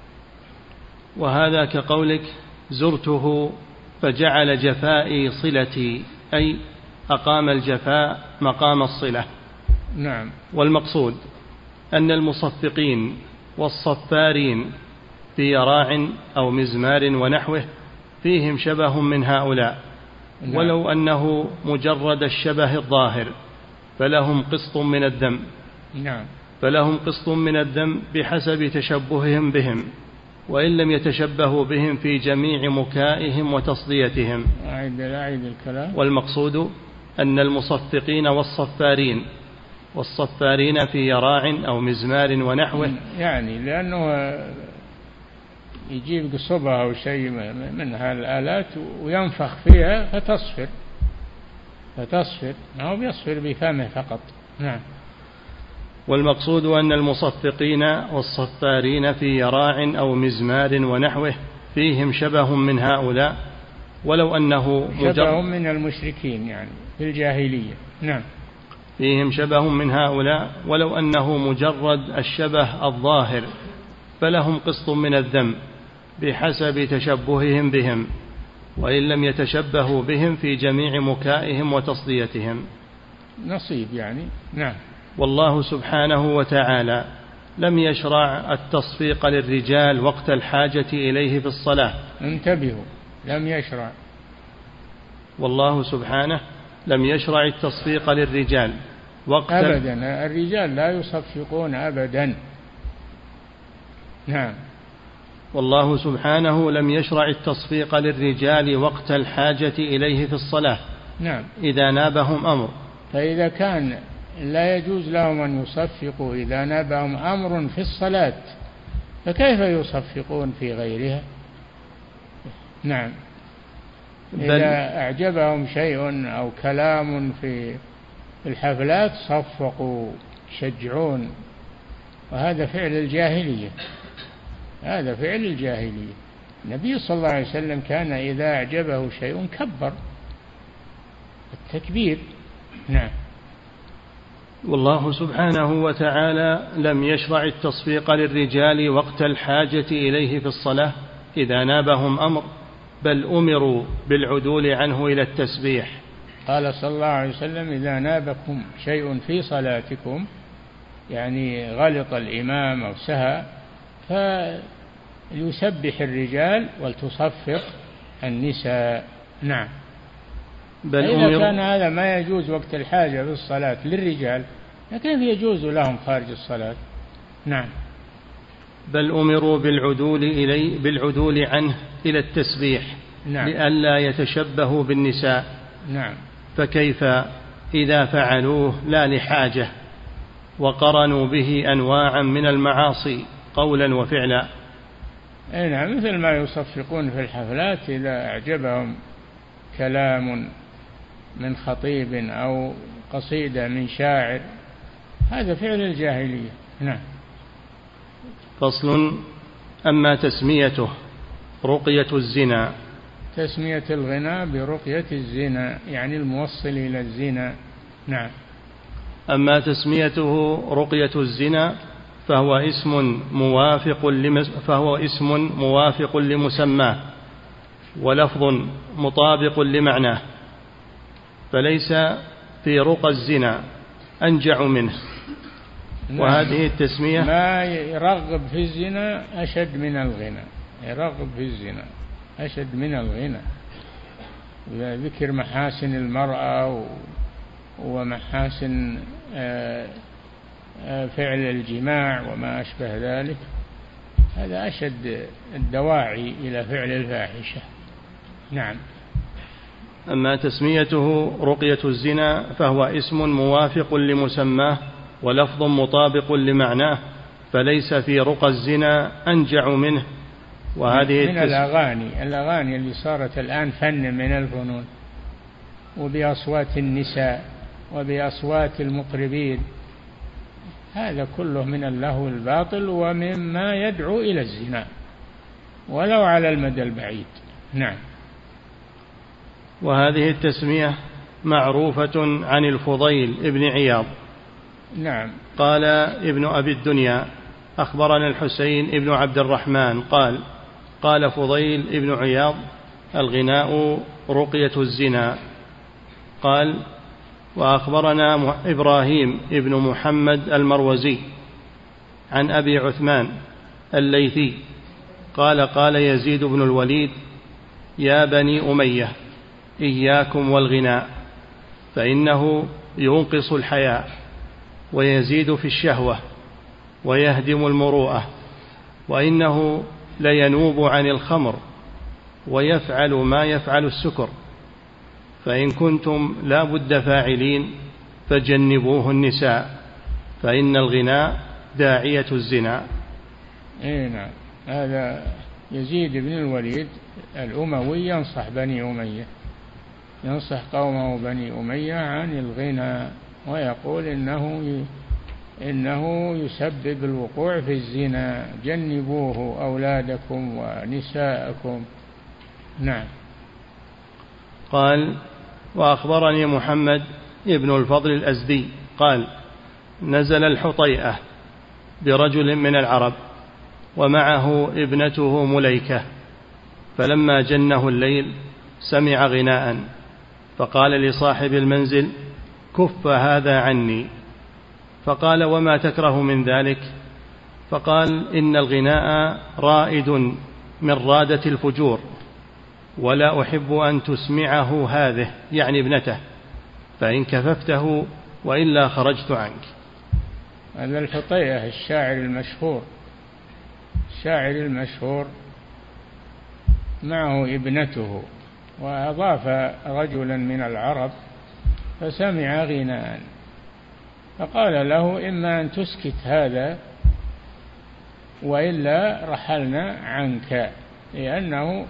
وهذا كقولك: زرته فجعل جفائي صلتي، أي أقام الجفاء مقام الصلة. نعم. والمقصود أن المصفقين والصفارين في يراع أو مزمار ونحوه فيهم شبه من هؤلاء. نعم. ولو أنه مجرد الشبه الظاهر فلهم قسط من الذنب. نعم. فلهم قسط من الذنب بحسب تشبههم بهم، وإن لم يتشبهوا بهم في جميع مكائهم وتصديتهم. أعيد أعيد الكلام. والمقصود أن المصفقين والصفارين والصفارين في يراع أو مزمار ونحوه، يعني لأنه يجيب قصبة أو شيء من هالآلات وينفخ فيها فتصفر فتصفر أو بيصفر بفمه فقط. نعم. والمقصود أن المصفقين والصفارين في يراع أو مزمار ونحوه فيهم شبه من هؤلاء، ولو أنه شبه من المشركين يعني في الجاهلية. نعم. فيهم شبه من هؤلاء ولو أنه مجرد الشبه الظاهر، فلهم قسط من الذنب بحسب تشبههم بهم، وإن لم يتشبهوا بهم في جميع مكائهم وتصديتهم. نصيب يعني. نعم. والله سبحانه وتعالى لم يشرع التصفيق للرجال وقت الحاجة إليه في الصلاة. انتبهوا، لم يشرع. والله سبحانه لم يشرع التصفيق للرجال وقت أبدا، الرجال لا يصفقون أبدا. نعم. والله سبحانه لم يشرع التصفيق للرجال وقت الحاجة إليه في الصلاة. نعم. إذا نابهم أمر. فإذا كان لا يجوز لهم أن يصفقوا إذا نابهم أمر في الصلاة، فكيف يصفقون في غيرها؟ نعم. إذا أعجبهم شيء أو كلام في الحفلات صفقوا يشجعون، وهذا فعل الجاهلية، هذا فعل الجاهلية. النبي صلى الله عليه وسلم كان إذا أعجبه شيء كبر، التكبير. نعم. والله سبحانه وتعالى لم يشرع التصفيق للرجال وقت الحاجة إليه في الصلاة إذا نابهم أمر، بل أمروا بالعدول عنه إلى التسبيح. قال صلى الله عليه وسلم: إذا نابكم شيء في صلاتكم، يعني غلط الإمام أو سهى، فليسبح الرجال ولتصفق النساء. نعم. بل إذا كان هذا ما يجوز وقت الحاجة في الصلاة للرجال، كيف يجوز لهم خارج الصلاة؟ نعم. بل أمروا بالعدول إلي بالعدول عنه إلى التسبيح. نعم. لئلا يتشبهوا بالنساء. نعم. فكيف إذا فعلوه لا لحاجة وقرنوا به أنواعا من المعاصي قولا وفعلا؟ أي نعم، مثل ما يصفقون في الحفلات إذا أعجبهم كلام من خطيب أو قصيدة من شاعر، هذا فعل الجاهلية. نعم. فصل. أما تسميته رقية الزنا. تسمية الغناء برقية الزنا يعني الموصل إلى الزنا. نعم. أما تسميته رقية الزنا فهو اسم موافق لمس فهو اسم موافق لمسماه ولفظ مطابق لمعناه، فليس في رقى الزنا أنجع منه. وهذه التسمية ما يرغب في الزنا أشد من الغنى، يرغب في الزنا أشد من الغنى، ذكر محاسن المرأة ومحاسن فعل الجماع وما أشبه ذلك، هذا أشد الدواعي إلى فعل الفاحشة. نعم. أما تسميته رقية الزنا فهو اسم موافق لمسماه ولفظ مطابق لمعناه، فليس في رقى الزنا أنجع منه. وهذه من الأغاني الأغاني اللي صارت الآن فن من الفنون، وبأصوات النساء وبأصوات المطربين، هذا كله من اللهو الباطل ومما يدعو إلى الزنا ولو على المدى البعيد. نعم. وهذه التسمية معروفة عن الفضيل ابن عياض. نعم. قال ابن أبي الدنيا: أخبرنا الحسين ابن عبد الرحمن قال: قال فضيل ابن عياض: الغناء رقية الزنا. قال: وأخبرنا إبراهيم ابن محمد المروزي عن أبي عثمان الليثي قال: قال يزيد بن الوليد: يا بني أمية إياكم والغناء، فإنه ينقص الحياء ويزيد في الشهوة ويهدم المروءة، وإنه لينوب عن الخمر ويفعل ما يفعل السكر، فإن كنتم لا بد فاعلين فجنبوه النساء، فإن الغناء داعية الزنا. إيه نعم. هذا يزيد بن الوليد الأموي ينصح بني أمية، ينصح قومه بني أمية عن الغنى، ويقول إنه إنه يسبب الوقوع في الزنا، جنبوه أولادكم ونساءكم. نعم. قال: وأخبرني محمد ابن الفضل الأزدي قال: نزل الحطيئة برجل من العرب ومعه ابنته مليكة، فلما جنه الليل سمع غناء، فقال لصاحب المنزل: كف هذا عني. فقال: وما تكره من ذلك؟ فقال: إن الغناء رائد من رادة الفجور، ولا أحب أن تسمعه هذه، يعني ابنته، فإن كففته وإلا خرجت عنك. هذا الحطيئة الشاعر المشهور، الشاعر المشهور معه ابنته، وأضاف رجلا من العرب فسمع غناء فقال له: إما أن تسكت هذا وإلا رحلنا عنك، لأنه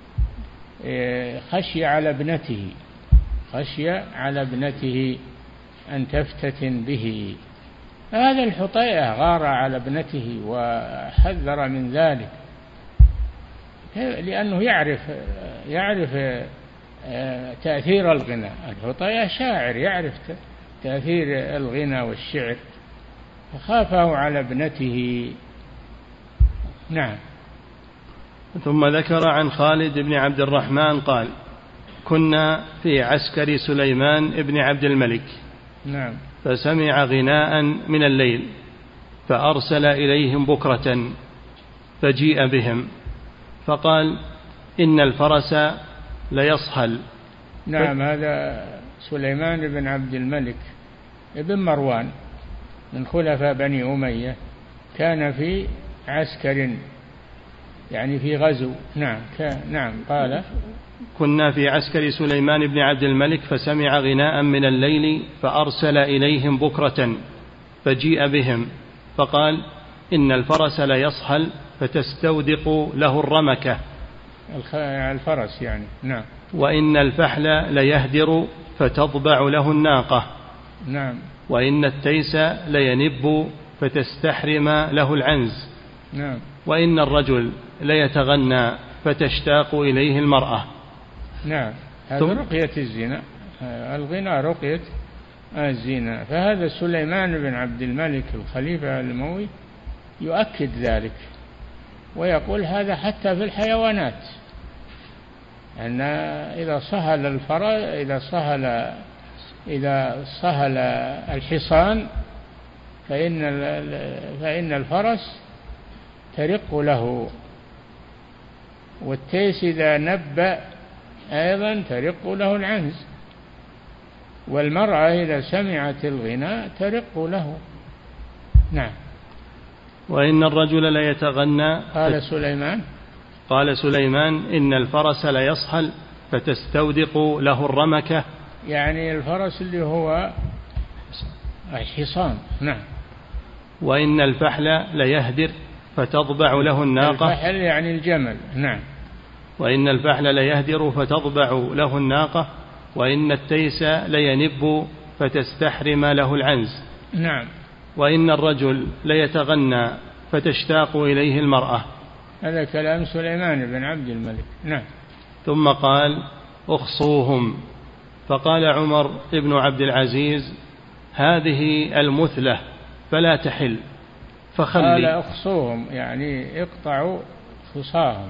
خشي على ابنته، خشي على ابنته أن تفتتن به. هذا الحطيئة غار على ابنته وحذر من ذلك، لأنه يعرف يعرف تأثير الغناء. الحطيئة شاعر يعرف تأثير الغنى والشعر، فخافه على ابنته. نعم. ثم ذكر عن خالد بن عبد الرحمن قال: كنا في عسكر سليمان بن عبد الملك، نعم، فسمع غناء من الليل فأرسل إليهم بكرة فجيء بهم فقال: إن الفرس ليصهل. نعم، هذا سليمان بن عبد الملك ابن مروان من خلفاء بني أمية، كان في عسكر يعني في غزو. نعم نعم. قال: كنا في عسكر سليمان بن عبد الملك فسمع غناء من الليل فأرسل إليهم بكرة فجيء بهم فقال: إن الفرس ليصهل فتستودق له الرمكة، الفرس يعني. نعم. وإن الفحل ليهدر فتضبع له الناقة. نعم. وإن التيس لينب فتستحرم له العنز. نعم. وإن الرجل ليتغنى فتشتاق إليه المرأة. نعم، هذا رقية الزنا، الغنى رقية الزنا. فهذا سليمان بن عبد الملك الخليفة الأموي يؤكد ذلك ويقول هذا حتى في الحيوانات، أن إذا صهل الفرس إذا صهل إذا صهل الحصان فإن فإن الفرس ترق له، والتيس إذا نب أيضا ترق له العنز، والمرأة إذا سمعت الغناء ترق له. نعم. وإن الرجل ليتغنى. قال سليمان قال سليمان: إن الفرس ليصهل فتستودق له الرمكة، يعني الفرس اللي هو الحصان. نعم. وإن الفحل ليهدر فتضبع له الناقة، الفحل يعني الجمل. نعم. وإن الفحل ليهدر فتضبع له الناقة، وإن التيس لينب فتستحرم له العنز. نعم. وإن الرجل ليتغنى فتشتاق إليه المرأة. هذا كلام سليمان بن عبد الملك. نعم. ثم قال: اخصوهم. فقال عمر بن عبد العزيز: هذه المثلة فلا تحل، فخلي. قال: اخصوهم يعني اقطعوا خصاهم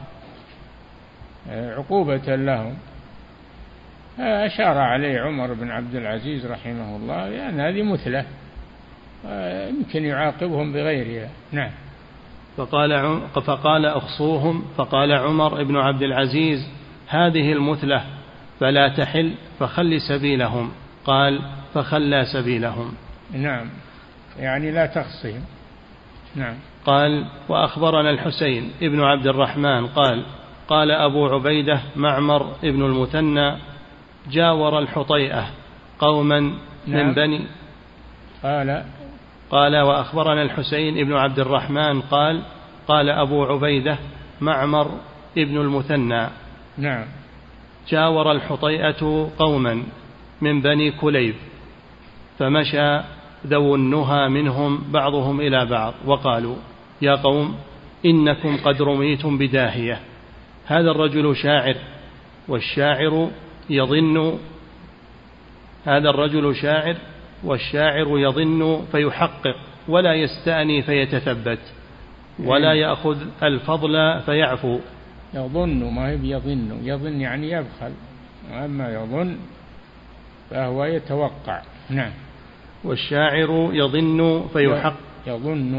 عقوبة لهم. أشار عليه عمر بن عبد العزيز رحمه الله لأن هذه مثلة يمكن يعاقبهم بغيرها. نعم. فقال فقال اخصوهم. فقال عمر بن عبد العزيز: هذه المثلة فلا تحل، فخل سبيلهم. قال: فخلى سبيلهم. نعم، يعني لا تخصهم. نعم. قال: وأخبرنا الحسين ابن عبد الرحمن قال: قال أبو عبيدة معمر ابن المثنى: جاور الحطيئة قوما من نعم. بني قال قال وأخبرنا الحسين ابن عبد الرحمن قال: قال أبو عبيدة معمر ابن المثنى: نعم. جاور الحطيئة قوما من بني كليب، فمشى ذو النهى منهم بعضهم إلى بعض وقالوا: يا قوم، إنكم قد رميتم بداهية. هذا الرجل شاعر، والشاعر يظن هذا الرجل شاعر والشاعر يظن فيحقق، ولا يستأني فيتثبت، ولا يأخذ الفضل فيعفو. يظن، ما هي يظن، يظن يعني يبخل، أما يظن فهو يتوقع. نعم. والشاعر يظن فيحقق يظن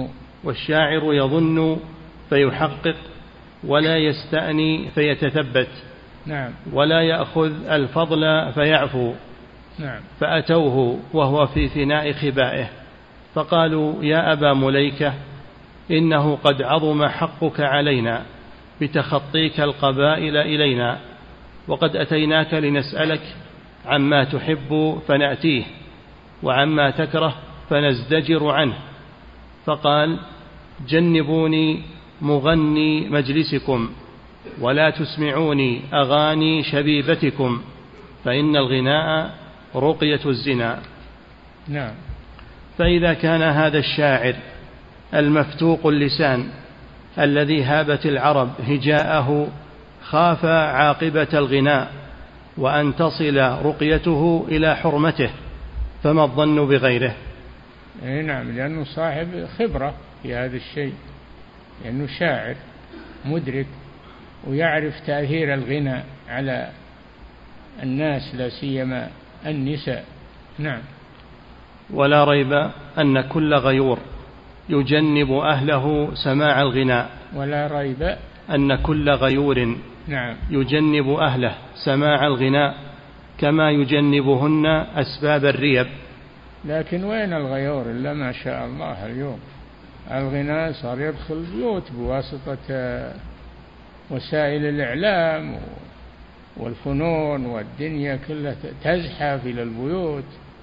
والشاعر يظن فيحقق ولا يستأني فيتثبت. نعم. ولا يأخذ الفضل فيعفو. نعم. فأتوه وهو في فناء خبائه فقالوا يا أبا مليكة إنه قد عظم حقك علينا بتخطيك القبائل إلينا، وقد أتيناك لنسألك عما تحب فنأتيه وعما تكره فنزدجر عنه. فقال جنبوني مغني مجلسكم ولا تسمعوني أغاني شبيبتكم فإن الغناء رقية الزنا. نعم. فإذا كان هذا الشاعر المفتوق اللسان الذي هابت العرب هجاءه خاف عاقبة الغناء وأن تصل رقيته إلى حرمته، فما الظن بغيره؟ نعم، لأنه صاحب خبرة في هذا الشيء، لأنه شاعر مدرك ويعرف تأثير الغناء على الناس لا سيما النساء. نعم. ولا ريب أن كل غيور يجنب أهله سماع الغناء. ولا ريب أن كل غيور نعم يجنب أهله سماع الغناء كما يجنبهن أسباب الريب. لكن وين الغيور إلا ما شاء الله اليوم؟ الغناء صار يدخل البيوت بواسطة وسائل الإعلام والفنون، والدنيا كلها تزحف إلى البيوت،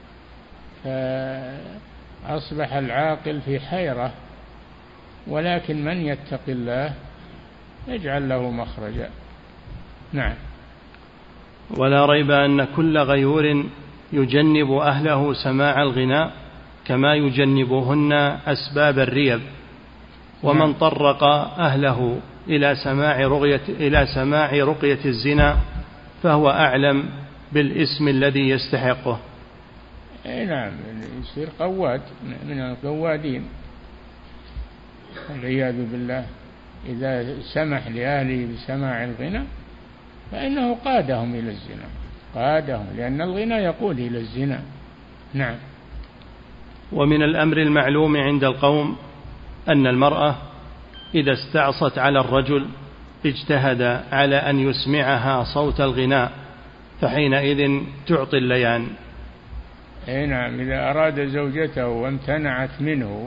فأصبح العاقل في حيرة. ولكن من يتق الله يجعل له مخرجا. نعم. ولا ريب أن كل غيور يجنب أهله سماع الغناء كما يجنبهن أسباب الريب. ومن طرق أهله إلى سماع رقية, إلى سماع رقية الزنا فهو أعلم بالاسم الذي يستحقه. نعم، يصير قواد من القوادين والعياذ بالله. إذا سمح لأهله بسماع الغنى فإنه قادهم إلى الزنا، قادهم، لأن الغنى يقود إلى الزنا. نعم. ومن الأمر المعلوم عند القوم أن المرأة إذا استعصت على الرجل اجتهد على أن يسمعها صوت الغناء فحينئذ تعطي الليان. أي نعم، إذا أراد زوجته وامتنعت منه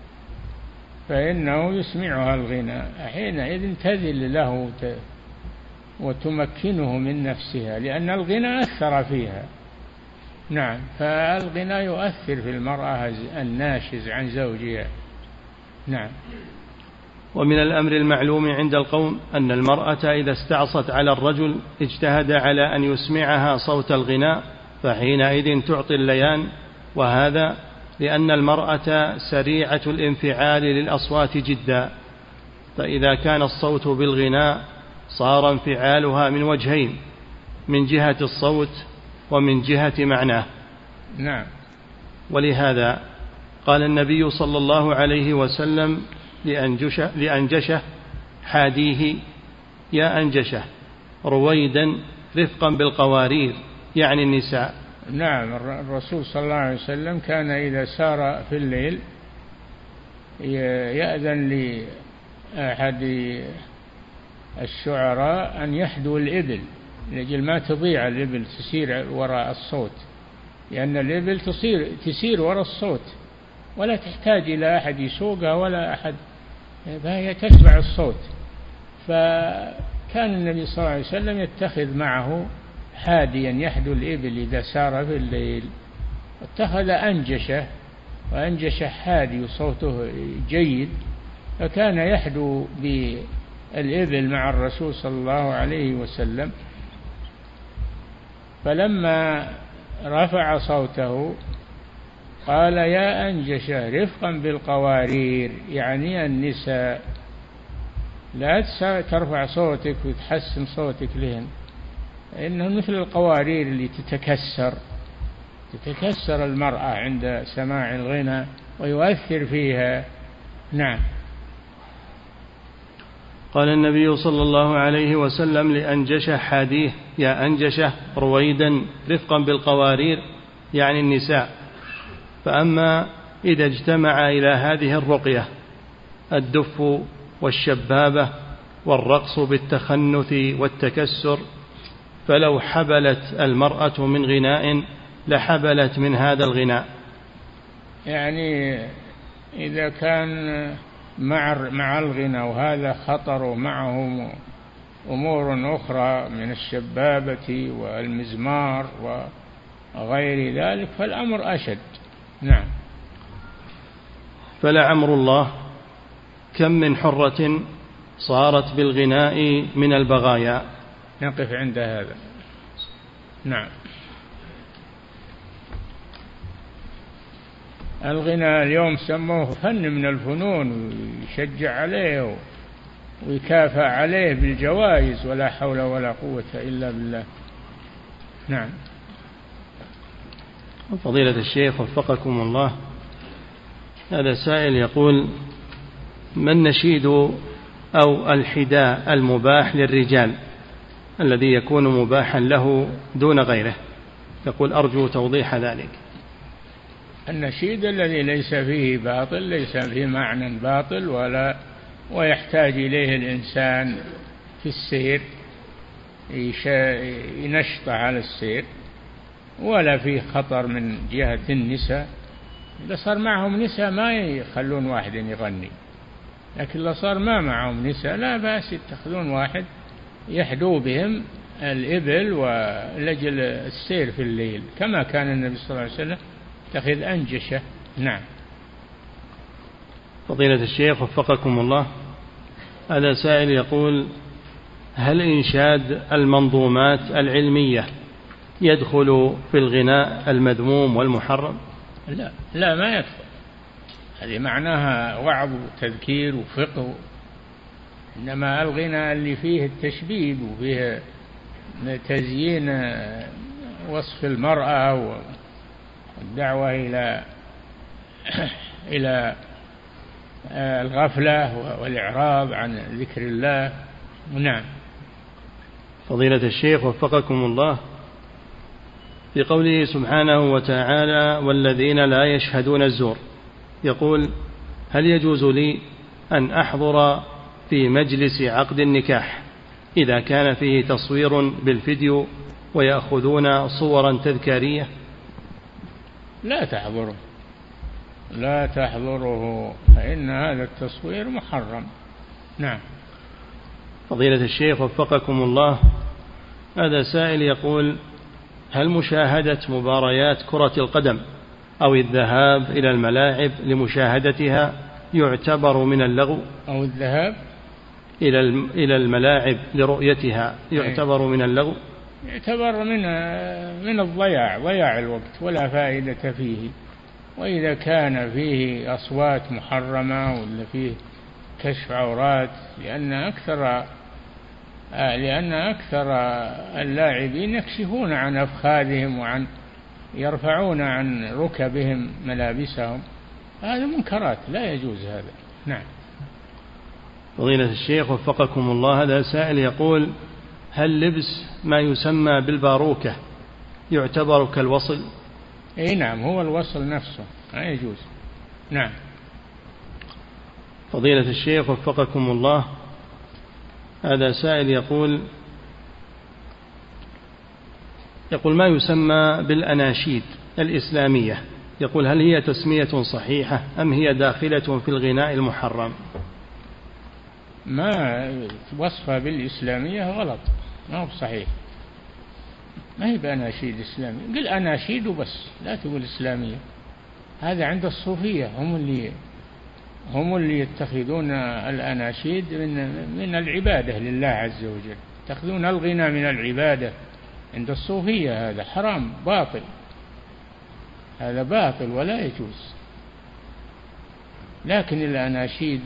فإنه يسمعها الغناء، حينئذ تذل له وتمكنه من نفسها، لأن الغناء أثر فيها. نعم، فالغناء يؤثر في المرأة الناشز عن زوجها. نعم. ومن الأمر المعلوم عند القوم أن المرأة إذا استعصت على الرجل اجتهد على أن يسمعها صوت الغناء فحينئذ تعطي الليان، وهذا لأن المرأة سريعة الانفعال للأصوات جدا، فإذا كان الصوت بالغناء صار انفعالها من وجهين، من جهة الصوت ومن جهة معناه. نعم. ولهذا قال النبي صلى الله عليه وسلم لأنجشه, لأنجشه حاديه يا أنجشه رويدا رفقا بالقوارير، يعني النساء. نعم، الرسول صلى الله عليه وسلم كان إذا سار في الليل يأذن لأحد الشعراء أن يحدو الإبل لأجل ما تضيع الإبل تسير وراء الصوت، لأن الإبل تسير, تسير وراء الصوت ولا تحتاج إلى أحد يسوقها ولا أحد، فهي تتبع الصوت. فكان النبي صلى الله عليه وسلم يتخذ معه حاديا يحدو الإبل إذا سار في الليل، اتخذ أنجشة، وأنجشة حادي وصوته جيد، فكان يحدو بالإبل مع الرسول صلى الله عليه وسلم. فلما رفع صوته قال يا أنجشة رفقا بالقوارير، يعني النساء، لا ترفع صوتك وتحسن صوتك لهن، إنه مثل القوارير اللي تتكسر تتكسر المرأة عند سماع الغنى ويؤثر فيها. نعم. قال النبي صلى الله عليه وسلم لأنجشة حاديه يا أنجشة رويدا رفقا بالقوارير، يعني النساء. فأما إذا اجتمع إلى هذه الرقية الدف والشبابة والرقص بالتخنث والتكسر، فلو حبلت المرأة من غناء لحبلت من هذا الغناء. يعني إذا كان مع مع الغنى وهذا خطر معه أمور أخرى من الشبابة والمزمار وغير ذلك فالأمر أشد. نعم. فلعمر الله كم من حرة صارت بالغناء من البغايا. نقف عند هذا. نعم. الغناء اليوم سموه فن من الفنون، ويشجع عليه ويكافأ عليه بالجوائز، ولا حول ولا قوة إلا بالله. نعم. فضيلة الشيخ وفقكم الله، هذا سائل يقول: ما النشيد أو الحداء المباح للرجال الذي يكون مباحا له دون غيره؟ يقول: أرجو توضيح ذلك. النشيد الذي ليس فيه باطل، ليس فيه معنى باطل ولا ويحتاج إليه الإنسان في السير، ينشط على السير، ولا فيه خطر من جهة النساء. إذا صار معهم نساء ما يخلون واحد يغني، لكن إذا صار ما معهم نساء لا بأس يتخذون واحد يحدو بهم الإبل ولجل السير في الليل، كما كان النبي صلى الله عليه وسلم يتخذ أنجشة. نعم. فضيلة الشيخ وفقكم الله، هذا سائل يقول: هل إنشاد المنظومات العلمية يدخل في الغناء المذموم والمحرم؟ لا لا، ما يدخل. هذه معناها وعظ وتذكير وفقه، إنما الغناء اللي فيه التشبيب وفيه تزيين وصف المرأة والدعوة إلى إلى الغفلة والإعراض عن ذكر الله. نعم. فضيلة الشيخ وفقكم الله، في قوله سبحانه وتعالى: والذين لا يشهدون الزور، يقول: هل يجوز لي أن أحضر في مجلس عقد النكاح إذا كان فيه تصوير بالفيديو ويأخذون صورا تذكارية؟ لا تحضره، لا تحضره، فإن هذا التصوير محرم. نعم. فضيلة الشيخ وفقكم الله، هذا سائل يقول: هل مشاهدة مباريات كرة القدم أو الذهاب إلى الملاعب لمشاهدتها يعتبر من اللغو؟ أو الذهاب إلى إلى الملاعب لرؤيتها يعتبر من اللغو؟ يعتبر من من الضياع، ضياع الوقت ولا فائدة فيه. وإذا كان فيه أصوات محرمة ولا فيه كشف عورات، لأن أكثر لأن أكثر اللاعبين يكشفون عن أفخاذهم وعن يرفعون عن ركبهم ملابسهم، هذا منكرات لا يجوز هذا. نعم. فضيلة الشيخ وفقكم الله، هذا سائل يقول: هل لبس ما يسمى بالباروكة يعتبر كالوصل؟ اي نعم، هو الوصل نفسه لا يجوز. نعم. فضيلة الشيخ وفقكم الله، هذا سائل يقول يقول ما يسمى بالأناشيد الإسلامية، يقول: هل هي تسمية صحيحة أم هي داخلة في الغناء المحرم؟ ما وصفها بالإسلامية غلط، ما هو صحيح، ما هي بأناشيد إسلامية. قل أناشيد وبس، لا تقول إسلامية. هذا عند الصوفية، هم اللي هم اللي يتخذون الأناشيد من من العبادة لله عز وجل، يتخذون الغنى من العبادة. عند الصوفية هذا حرام باطل، هذا باطل ولا يجوز. لكن الأناشيد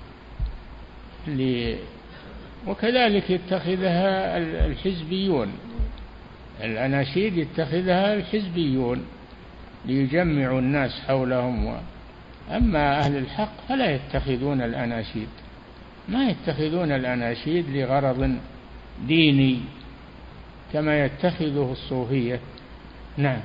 اللي وكذلك يتخذها الحزبيون، الأناشيد يتخذها الحزبيون ليجمعوا الناس حولهم و... أما أهل الحق فلا يتخذون الأناشيد، ما يتخذون الأناشيد لغرض ديني كما يتخذه الصوفية. نعم.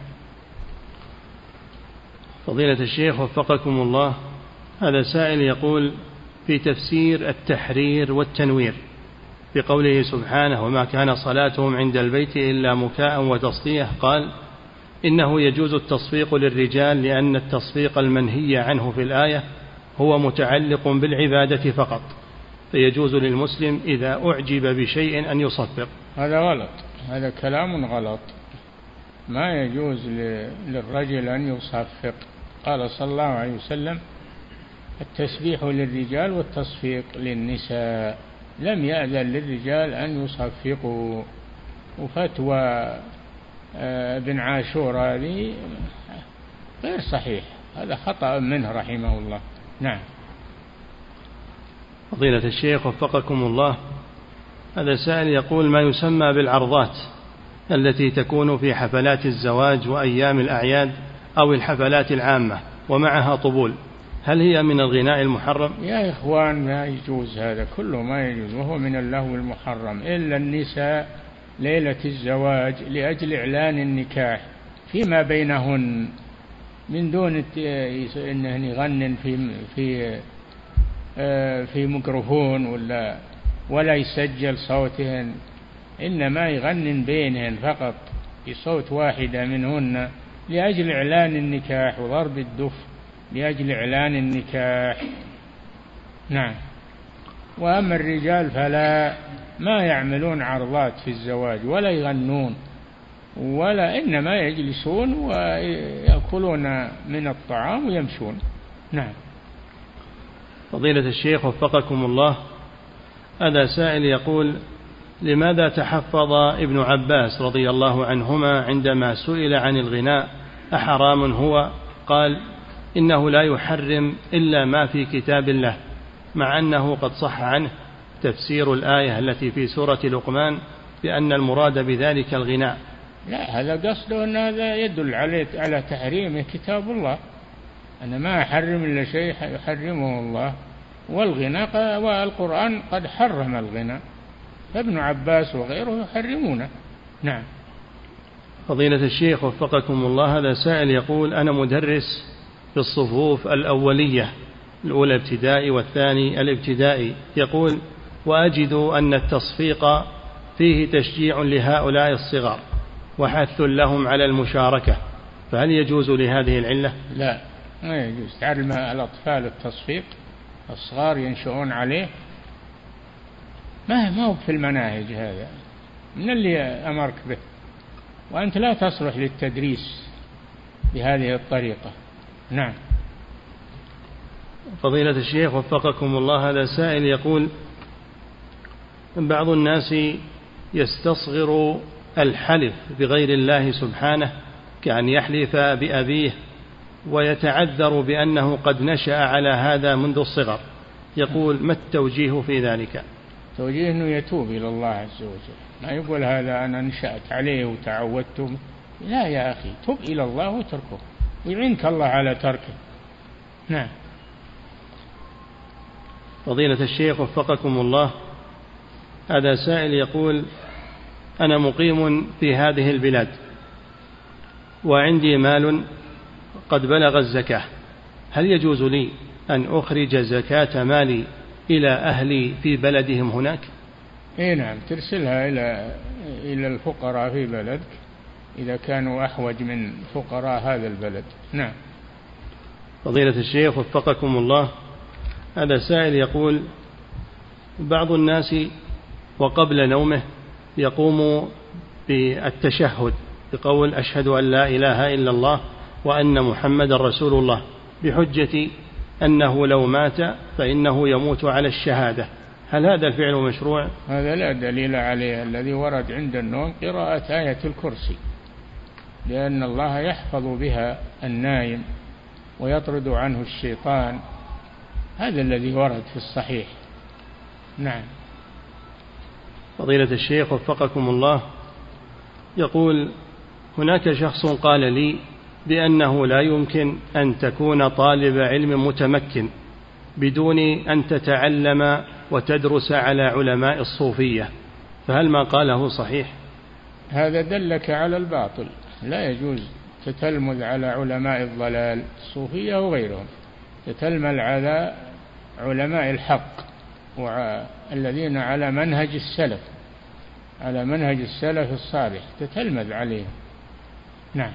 فضيلة الشيخ وفقكم الله، هذا سائل يقول: في تفسير التحرير والتنوير بقوله سبحانه وما كان صلاتهم عند البيت إلا مكاء وتصدية، قال إنه يجوز التصفيق للرجال لأن التصفيق المنهي عنه في الآية هو متعلق بالعبادة فقط، فيجوز للمسلم إذا أعجب بشيء أن يصفق. هذا غلط، هذا كلام غلط، ما يجوز للرجل أن يصفق. قال صلى الله عليه وسلم التسبيح للرجال والتصفيق للنساء، لم يأذن للرجال أن يصفقوا. وفتوى ابن عاشور هذه غير صحيح، هذا خطأ منه رحمه الله. نعم. فضيلة الشيخ وفقكم الله، هذا سائل يقول ما يسمى بالعرضات التي تكون في حفلات الزواج وأيام الأعياد أو الحفلات العامة ومعها طبول، هل هي من الغناء المحرم؟ يا إخوان ما يجوز، هذا كله ما يجوز، وهو من اللهو المحرم. إلا النساء ليلة الزواج لأجل إعلان النكاح فيما بينهن من دون أنهن يغنن في في في ميكروفون ولا ولا يسجل صوتهن، إنما يغنن بينهن فقط بصوت واحدة منهن لأجل إعلان النكاح وضرب الدف لأجل إعلان النكاح. نعم. وأما الرجال فلا، ما يعملون عرضات في الزواج ولا يغنون ولا، إنما يجلسون ويأكلون من الطعام ويمشون. نعم. فضيلة الشيخ وفقكم الله، هذا سائل يقول لماذا تحفظ ابن عباس رضي الله عنهما عندما سئل عن الغناء أحرام هو؟ قال إنه لا يحرم إلا ما في كتاب الله، مع أنه قد صح عنه تفسير الآية التي في سورة لقمان بأن المراد بذلك الغناء. لا، هذا قصده أن هذا يدل على تحريم كتاب الله، أنا ما أحرم إلا شيء يحرمه الله، والغناء والقرآن قد حرم الغناء، فابن عباس وغيره يحرمونه. نعم. فضيلة الشيخ وفقكم الله، هذا سائل يقول أنا مدرس في الصفوف الأولية الأولى ابتدائي والثاني الابتدائي، يقول وأجد أن التصفيق فيه تشجيع لهؤلاء الصغار وحث لهم على المشاركة، فهل يجوز لهذه العلة؟ لا، ما يجوز تعلم الأطفال التصفيق، الصغار ينشؤون عليه، ما هو في المناهج، هذا من اللي أمرك به، وأنت لا تصلح للتدريس بهذه الطريقة. نعم. فضيلة الشيخ وفقكم الله، هذا سائل يقول بعض الناس يستصغر الحلف بغير الله سبحانه كأن يحلف بأبيه ويتعذر بأنه قد نشأ على هذا منذ الصغر، يقول ما التوجيه في ذلك؟ توجيه أنه يتوب إلى الله عز وجل، ما يقول هذا أنا نشأت عليه وتعودت، لا يا أخي، توب إلى الله وتركه ويعينك الله على تركه. نعم. فضيلة الشيخ وفقكم الله، هذا سائل يقول أنا مقيم في هذه البلاد وعندي مال قد بلغ الزكاة، هل يجوز لي أن أخرج زكاة مالي إلى أهلي في بلدهم هناك؟ إيه نعم، ترسلها إلى إلى الفقراء في بلدك إذا كانوا أحوج من فقراء هذا البلد. نعم. فضيلة الشيخ وفقكم الله، هذا سائل يقول بعض الناس وقبل نومه يقوم بالتشهد بقول أشهد أن لا إله إلا الله وأن محمد رسول الله بحجة أنه لو مات فإنه يموت على الشهادة، هل هذا الفعل مشروع؟ هذا لا دليل عليه، الذي ورد عند النوم قراءة آية الكرسي، لأن الله يحفظ بها النائم ويطرد عنه الشيطان، هذا الذي ورد في الصحيح. نعم. فضيلة الشيخ وفقكم الله، يقول هناك شخص قال لي بأنه لا يمكن أن تكون طالب علم متمكن بدون أن تتعلم وتدرس على علماء الصوفية، فهل ما قاله صحيح؟ هذا دلك على الباطل، لا يجوز تتلمذ على علماء الضلال الصوفية وغيرهم، تتلمذ على علماء الحق والذين على منهج السلف على منهج السلف الصالح تتلمذ عليهم. نعم.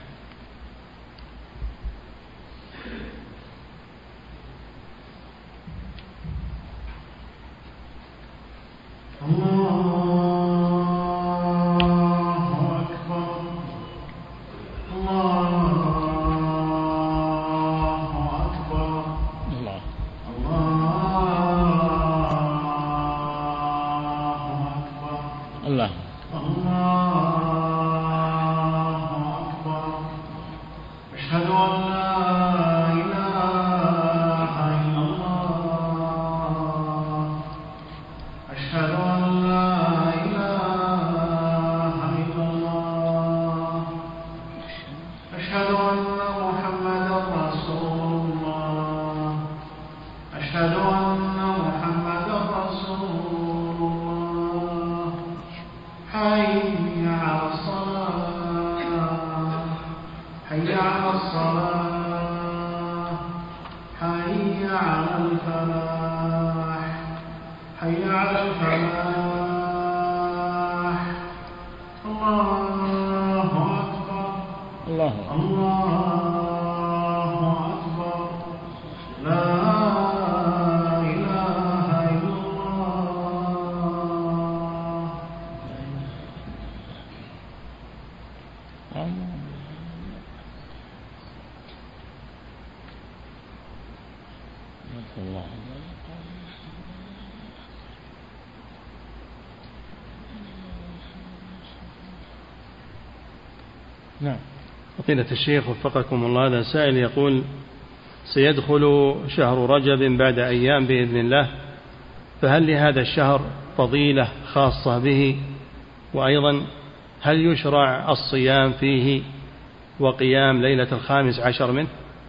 نعم. فضيلة الشيخ وفقكم الله، هذا سائل يقول: سيدخل شهر رجب بعد أيام بإذن الله، فهل لهذا الشهر فضيلة خاصة به؟ وأيضا هل يشرع الصيام فيه وقيام ليلة الخامس عشر منه؟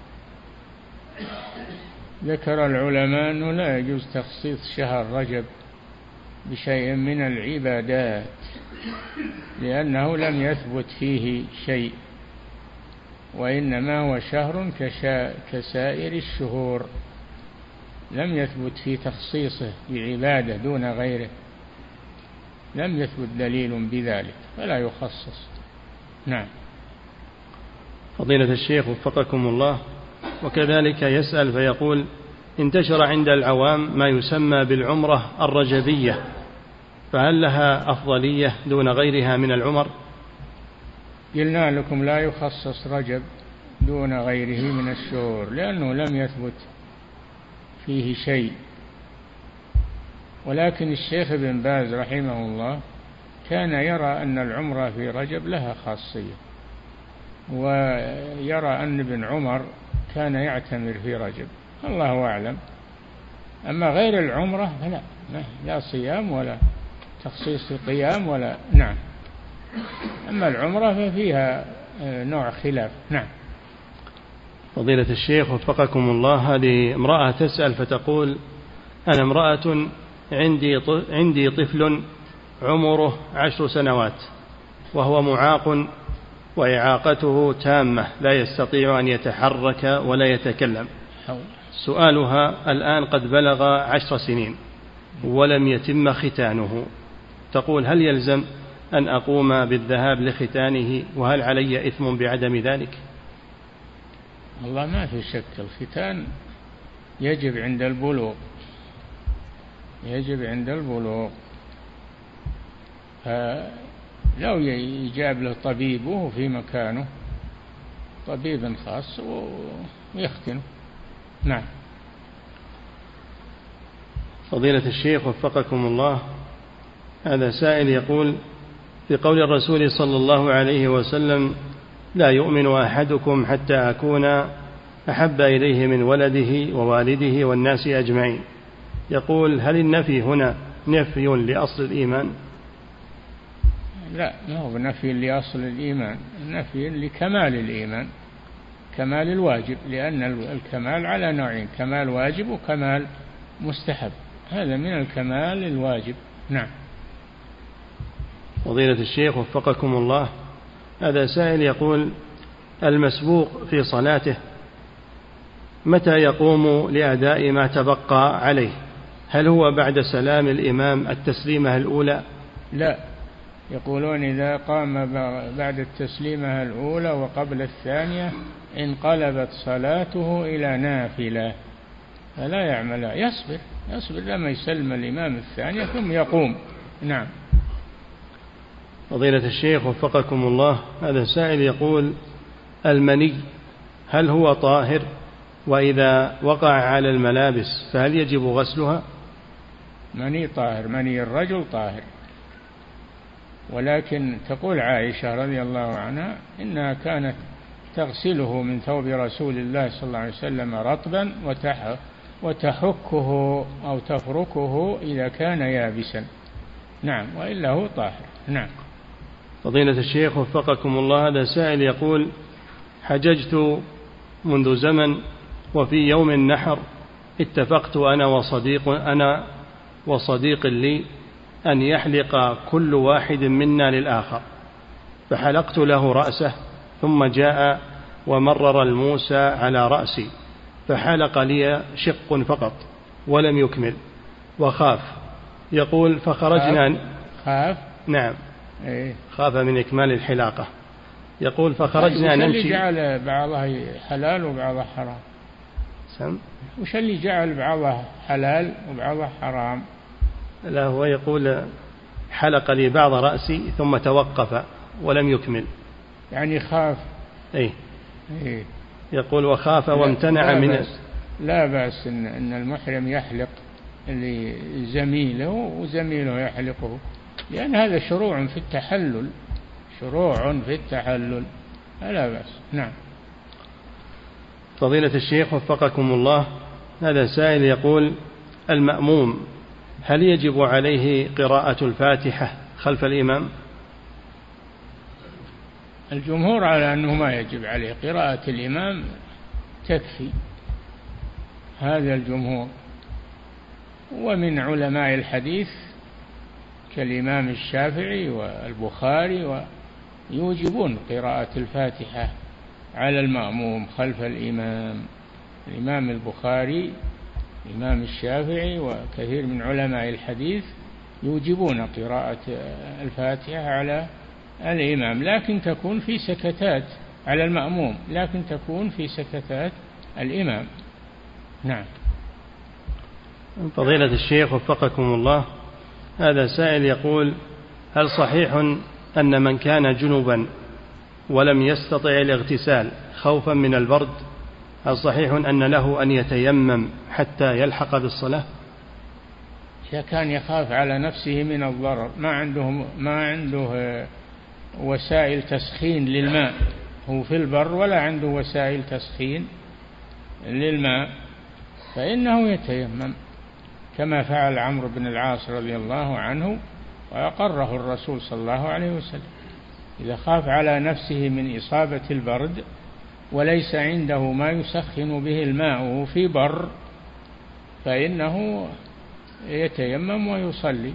ذكر العلماء أنه لا يجوز تخصيص شهر رجب بشيء من العبادات، لأنه لم يثبت فيه شيء، وإنما هو شهر كسائر الشهور، لم يثبت في تخصيصه بعبادة دون غيره، لم يثبت دليل بذلك فلا يخصص. نعم. فضيلة الشيخ وفقكم الله، وكذلك يسأل فيقول: انتشر عند العوام ما يسمى بالعمرة الرجبية، فهل لها أفضلية دون غيرها من العمر؟ قلنا لكم لا يخصص رجب دون غيره من الشهور، لأنه لم يثبت فيه شيء. ولكن الشيخ ابن باز رحمه الله كان يرى أن العمرة في رجب لها خاصية، ويرى أن ابن عمر كان يعتمر في رجب، الله أعلم. أما غير العمرة فلا، لا صيام ولا تخصيص قيام ولا. نعم. أما العمرة ففيها نوع خلاف. نعم. فضيلة الشيخ وفقكم الله، هذه امرأة تسأل فتقول: أنا امرأة عندي عندي طفل عمره عشر سنوات وهو معاق، وإعاقته تامة، لا يستطيع أن يتحرك ولا يتكلم. سؤالها: الآن قد بلغ عشر سنين ولم يتم ختانه، تقول: هل يلزم أن أقوم بالذهاب لختانه، وهل علي إثم بعدم ذلك؟ والله ما في شك، الختان يجب عند البلوغ، يجب عند البلوغ. لو يجاب له طبيب وهو في مكانه، طبيب خاص، ويختنه. نعم. فضيلة الشيخ وفقكم الله، هذا سائل يقول: في قول الرسول صلى الله عليه وسلم: لا يؤمن أحدكم حتى أكون أحب إليه من ولده ووالده والناس أجمعين، يقول: هل النفي هنا نفي لأصل الإيمان؟ لا، ما هو نفي لأصل الإيمان، نفي لكمال الإيمان، كمال الواجب، لأن الكمال على نوعين: كمال واجب وكمال مستحب، هذا من الكمال الواجب. نعم. فضيلة الشيخ وفقكم الله، هذا سائل يقول: المسبوق في صلاته متى يقوم لأداء ما تبقى عليه؟ هل هو بعد سلام الإمام التسليمة الأولى؟ لا، يقولون إذا قام بعد التسليمة الأولى وقبل الثانية انقلبت صلاته إلى نافلة، فلا يعمل، يصبر يصبر لما يسلم الإمام الثانية ثم يقوم. نعم. فضيلة الشيخ وفقكم الله، هذا سائل يقول: المني هل هو طاهر؟ وإذا وقع على الملابس فهل يجب غسلها؟ مني طاهر، مني الرجل طاهر، ولكن تقول عائشة رضي الله عنها إنها كانت تغسله من ثوب رسول الله صلى الله عليه وسلم رطبا وتحكه أو تفركه إذا كان يابسا. نعم، وإلا هو طاهر. نعم. فضيلة الشيخ وفقكم الله، هذا سائل يقول: حججت منذ زمن، وفي يوم النحر اتفقت أنا وصديق أنا وصديق لي أن يحلق كل واحد منا للآخر، فحلقت له رأسه، ثم جاء ومرر الموسى على رأسي فحلق لي شق فقط ولم يكمل وخاف. يقول: فخرجنا. خاف؟ نعم. إيه؟ خاف من إكمال الحلاقة. يقول: فخرجنا نمشي. وش اللي جعل بعضها حلال وبعضها حرام؟ سم؟ وش اللي جعل بعضها حلال وبعضها حرام؟ لا، هو يقول: حلق لي بعض رأسي ثم توقف ولم يكمل، يعني خاف. أي. إيه؟ يقول: وخاف وامتنع لا من بأس لا بأس إن, إن المحرم يحلق لزميله وزميله يحلقه، لأن هذا شروع في التحلل، شروع في التحلل، لا بأس. نعم. فضيلة الشيخ وفقكم الله، هذا سائل يقول: المأموم هل يجب عليه قراءة الفاتحة خلف الإمام؟ الجمهور على أنه ما يجب عليه، قراءة الإمام تكفي، هذا الجمهور. ومن علماء الحديث كالإمام الشافعي والبخاري يوجبون قراءة الفاتحة على المأموم خلف الإمام. الإمام البخاري، الإمام الشافعي، وكثير من علماء الحديث يوجبون قراءة الفاتحة على الإمام، لكن تكون في سكتات على المأموم، لكن تكون في سكتات الإمام. نعم. فضيلة الشيخ وفقكم الله، هذا سائل يقول: هل صحيح أن من كان جنبا ولم يستطع الاغتسال خوفا من البرد، هل صحيح أن له أن يتيمم حتى يلحق بالصلاة؟ إذا كان يخاف على نفسه من الضرر، ما عنده ما عنده وسائل تسخين للماء، هو في البر ولا عنده وسائل تسخين للماء، فإنه يتيمم كما فعل عمرو بن العاص رضي الله عنه وأقره الرسول صلى الله عليه وسلم. إذا خاف على نفسه من إصابة البرد وليس عنده ما يسخن به الماء في بر، فإنه يتيمم ويصلي.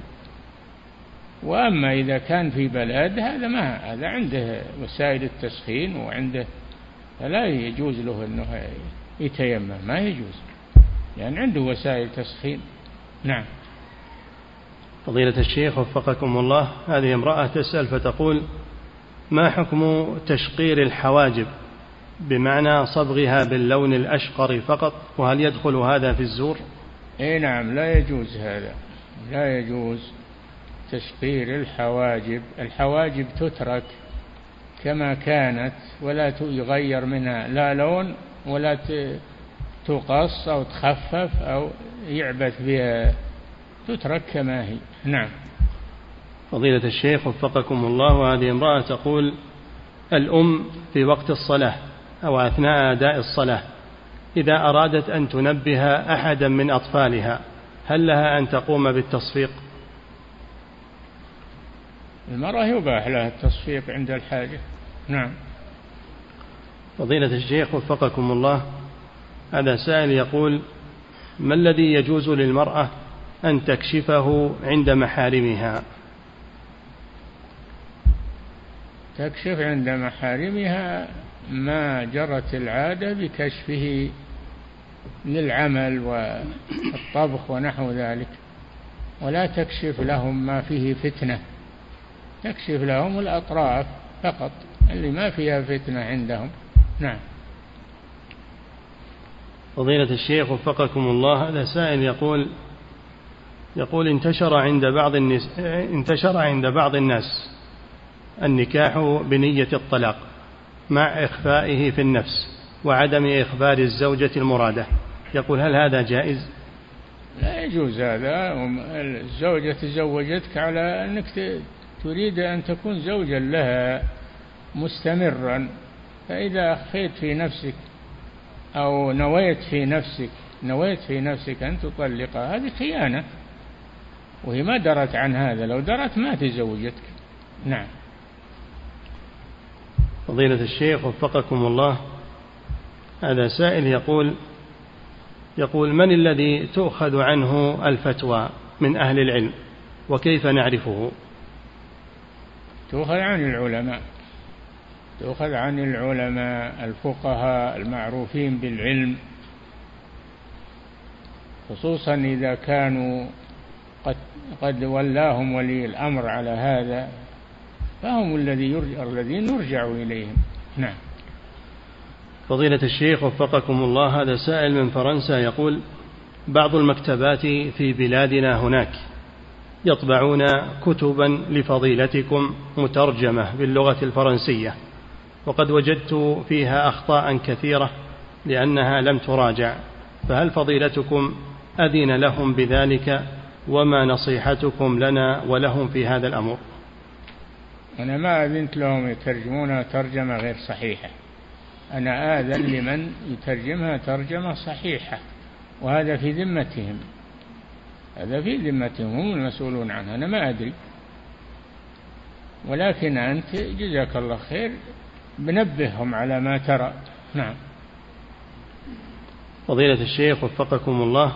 وأما إذا كان في بلاد هذا ما هذا عنده وسائل التسخين وعنده، فلا يجوز له أنه يتيمم، ما يجوز، لأن يعني عنده وسائل تسخين. نعم. فضيلة الشيخ وفقكم الله، هذه امرأة تسأل فتقول: ما حكم تشقير الحواجب بمعنى صبغها باللون الأشقر فقط، وهل يدخل هذا في الزور؟ اي نعم، لا يجوز هذا، لا يجوز تشقير الحواجب. الحواجب تترك كما كانت ولا يغير منها لا لون ولا تقص أو تخفف أو يعبث بها، تترك كما هي. نعم. فضيلة الشيخ وفقكم الله، وهذه امرأة تقول: الأم في وقت الصلاة أو أثناء أداء الصلاة إذا أرادت أن تنبه أحدا من أطفالها هل لها أن تقوم بالتصفيق؟ المرأة يباح لها التصفيق عند الحاجة. نعم. فضيلة الشيخ وفقكم الله، هذا سائل يقول: ما الذي يجوز للمرأة أن تكشفه عند محارمها؟ تكشف عند محارمها ما جرت العادة بكشفه للعمل والطبخ ونحو ذلك، ولا تكشف لهم ما فيه فتنة، تكشف لهم الأطراف فقط اللي ما فيها فتنة عندهم. نعم. فضيلة الشيخ وفقكم الله، هذا سائل يقول يقول انتشر عند بعض الناس انتشر عند بعض الناس النكاح بنية الطلاق مع إخفائه في النفس وعدم إخبار الزوجة المرادة، يقول هل هذا جائز؟ لا يجوز هذا. الزوجة تزوجتك على أنك تريد أن تكون زوجا لها مستمرا، فإذا أخفيت في نفسك أو نويت في نفسك نويت في نفسك أن تطلقها، هذه خيانة، وهي ما درت عن هذا، لو درت ما تزوجتك. نعم. فضيلة الشيخ وفقكم الله، هذا سائل يقول يقول من الذي تؤخذ عنه الفتوى من أهل العلم وكيف نعرفه؟ تؤخذ عن العلماء، تؤخذ عن العلماء الفقهاء المعروفين بالعلم، خصوصا إذا كانوا قد, قد ولاهم ولي الأمر على هذا، فهم الذين نرجع إليهم. نعم. فضيلة الشيخ وفقكم الله، هذا سائل من فرنسا يقول بعض المكتبات في بلادنا هناك يطبعون كتبا لفضيلتكم مترجمة باللغة الفرنسية، وقد وجدت فيها أخطاء كثيرة لأنها لم تراجع، فهل فضيلتكم أذن لهم بذلك؟ وما نصيحتكم لنا ولهم في هذا الأمر؟ أنا ما أذنت لهم يترجمونها ترجمة غير صحيحة، أنا آذن لمن يترجمها ترجمة صحيحة، وهذا في ذمتهم، هذا في ذمتهم، هم المسؤولون عنها، أنا ما أدري. ولكن أنت جزاك الله خير بنبههم على ما ترى. نعم. فضيلة الشيخ وفقكم الله،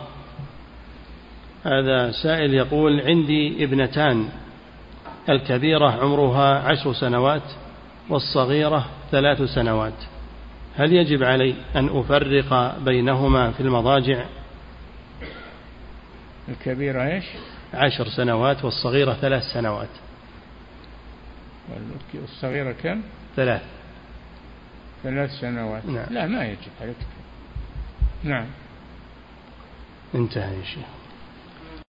هذا سائل يقول عندي ابنتان، الكبيرة عمرها عشر سنوات والصغيرة ثلاث سنوات، هل يجب علي أن أفرق بينهما في المضاجع؟ الكبيرة إيش؟ عشر سنوات والصغيرة ثلاث سنوات. والصغيرة كم؟ ثلاث ثلاث سنوات. نعم. لا ما يجب عليك. نعم. انتهى يا شيخ.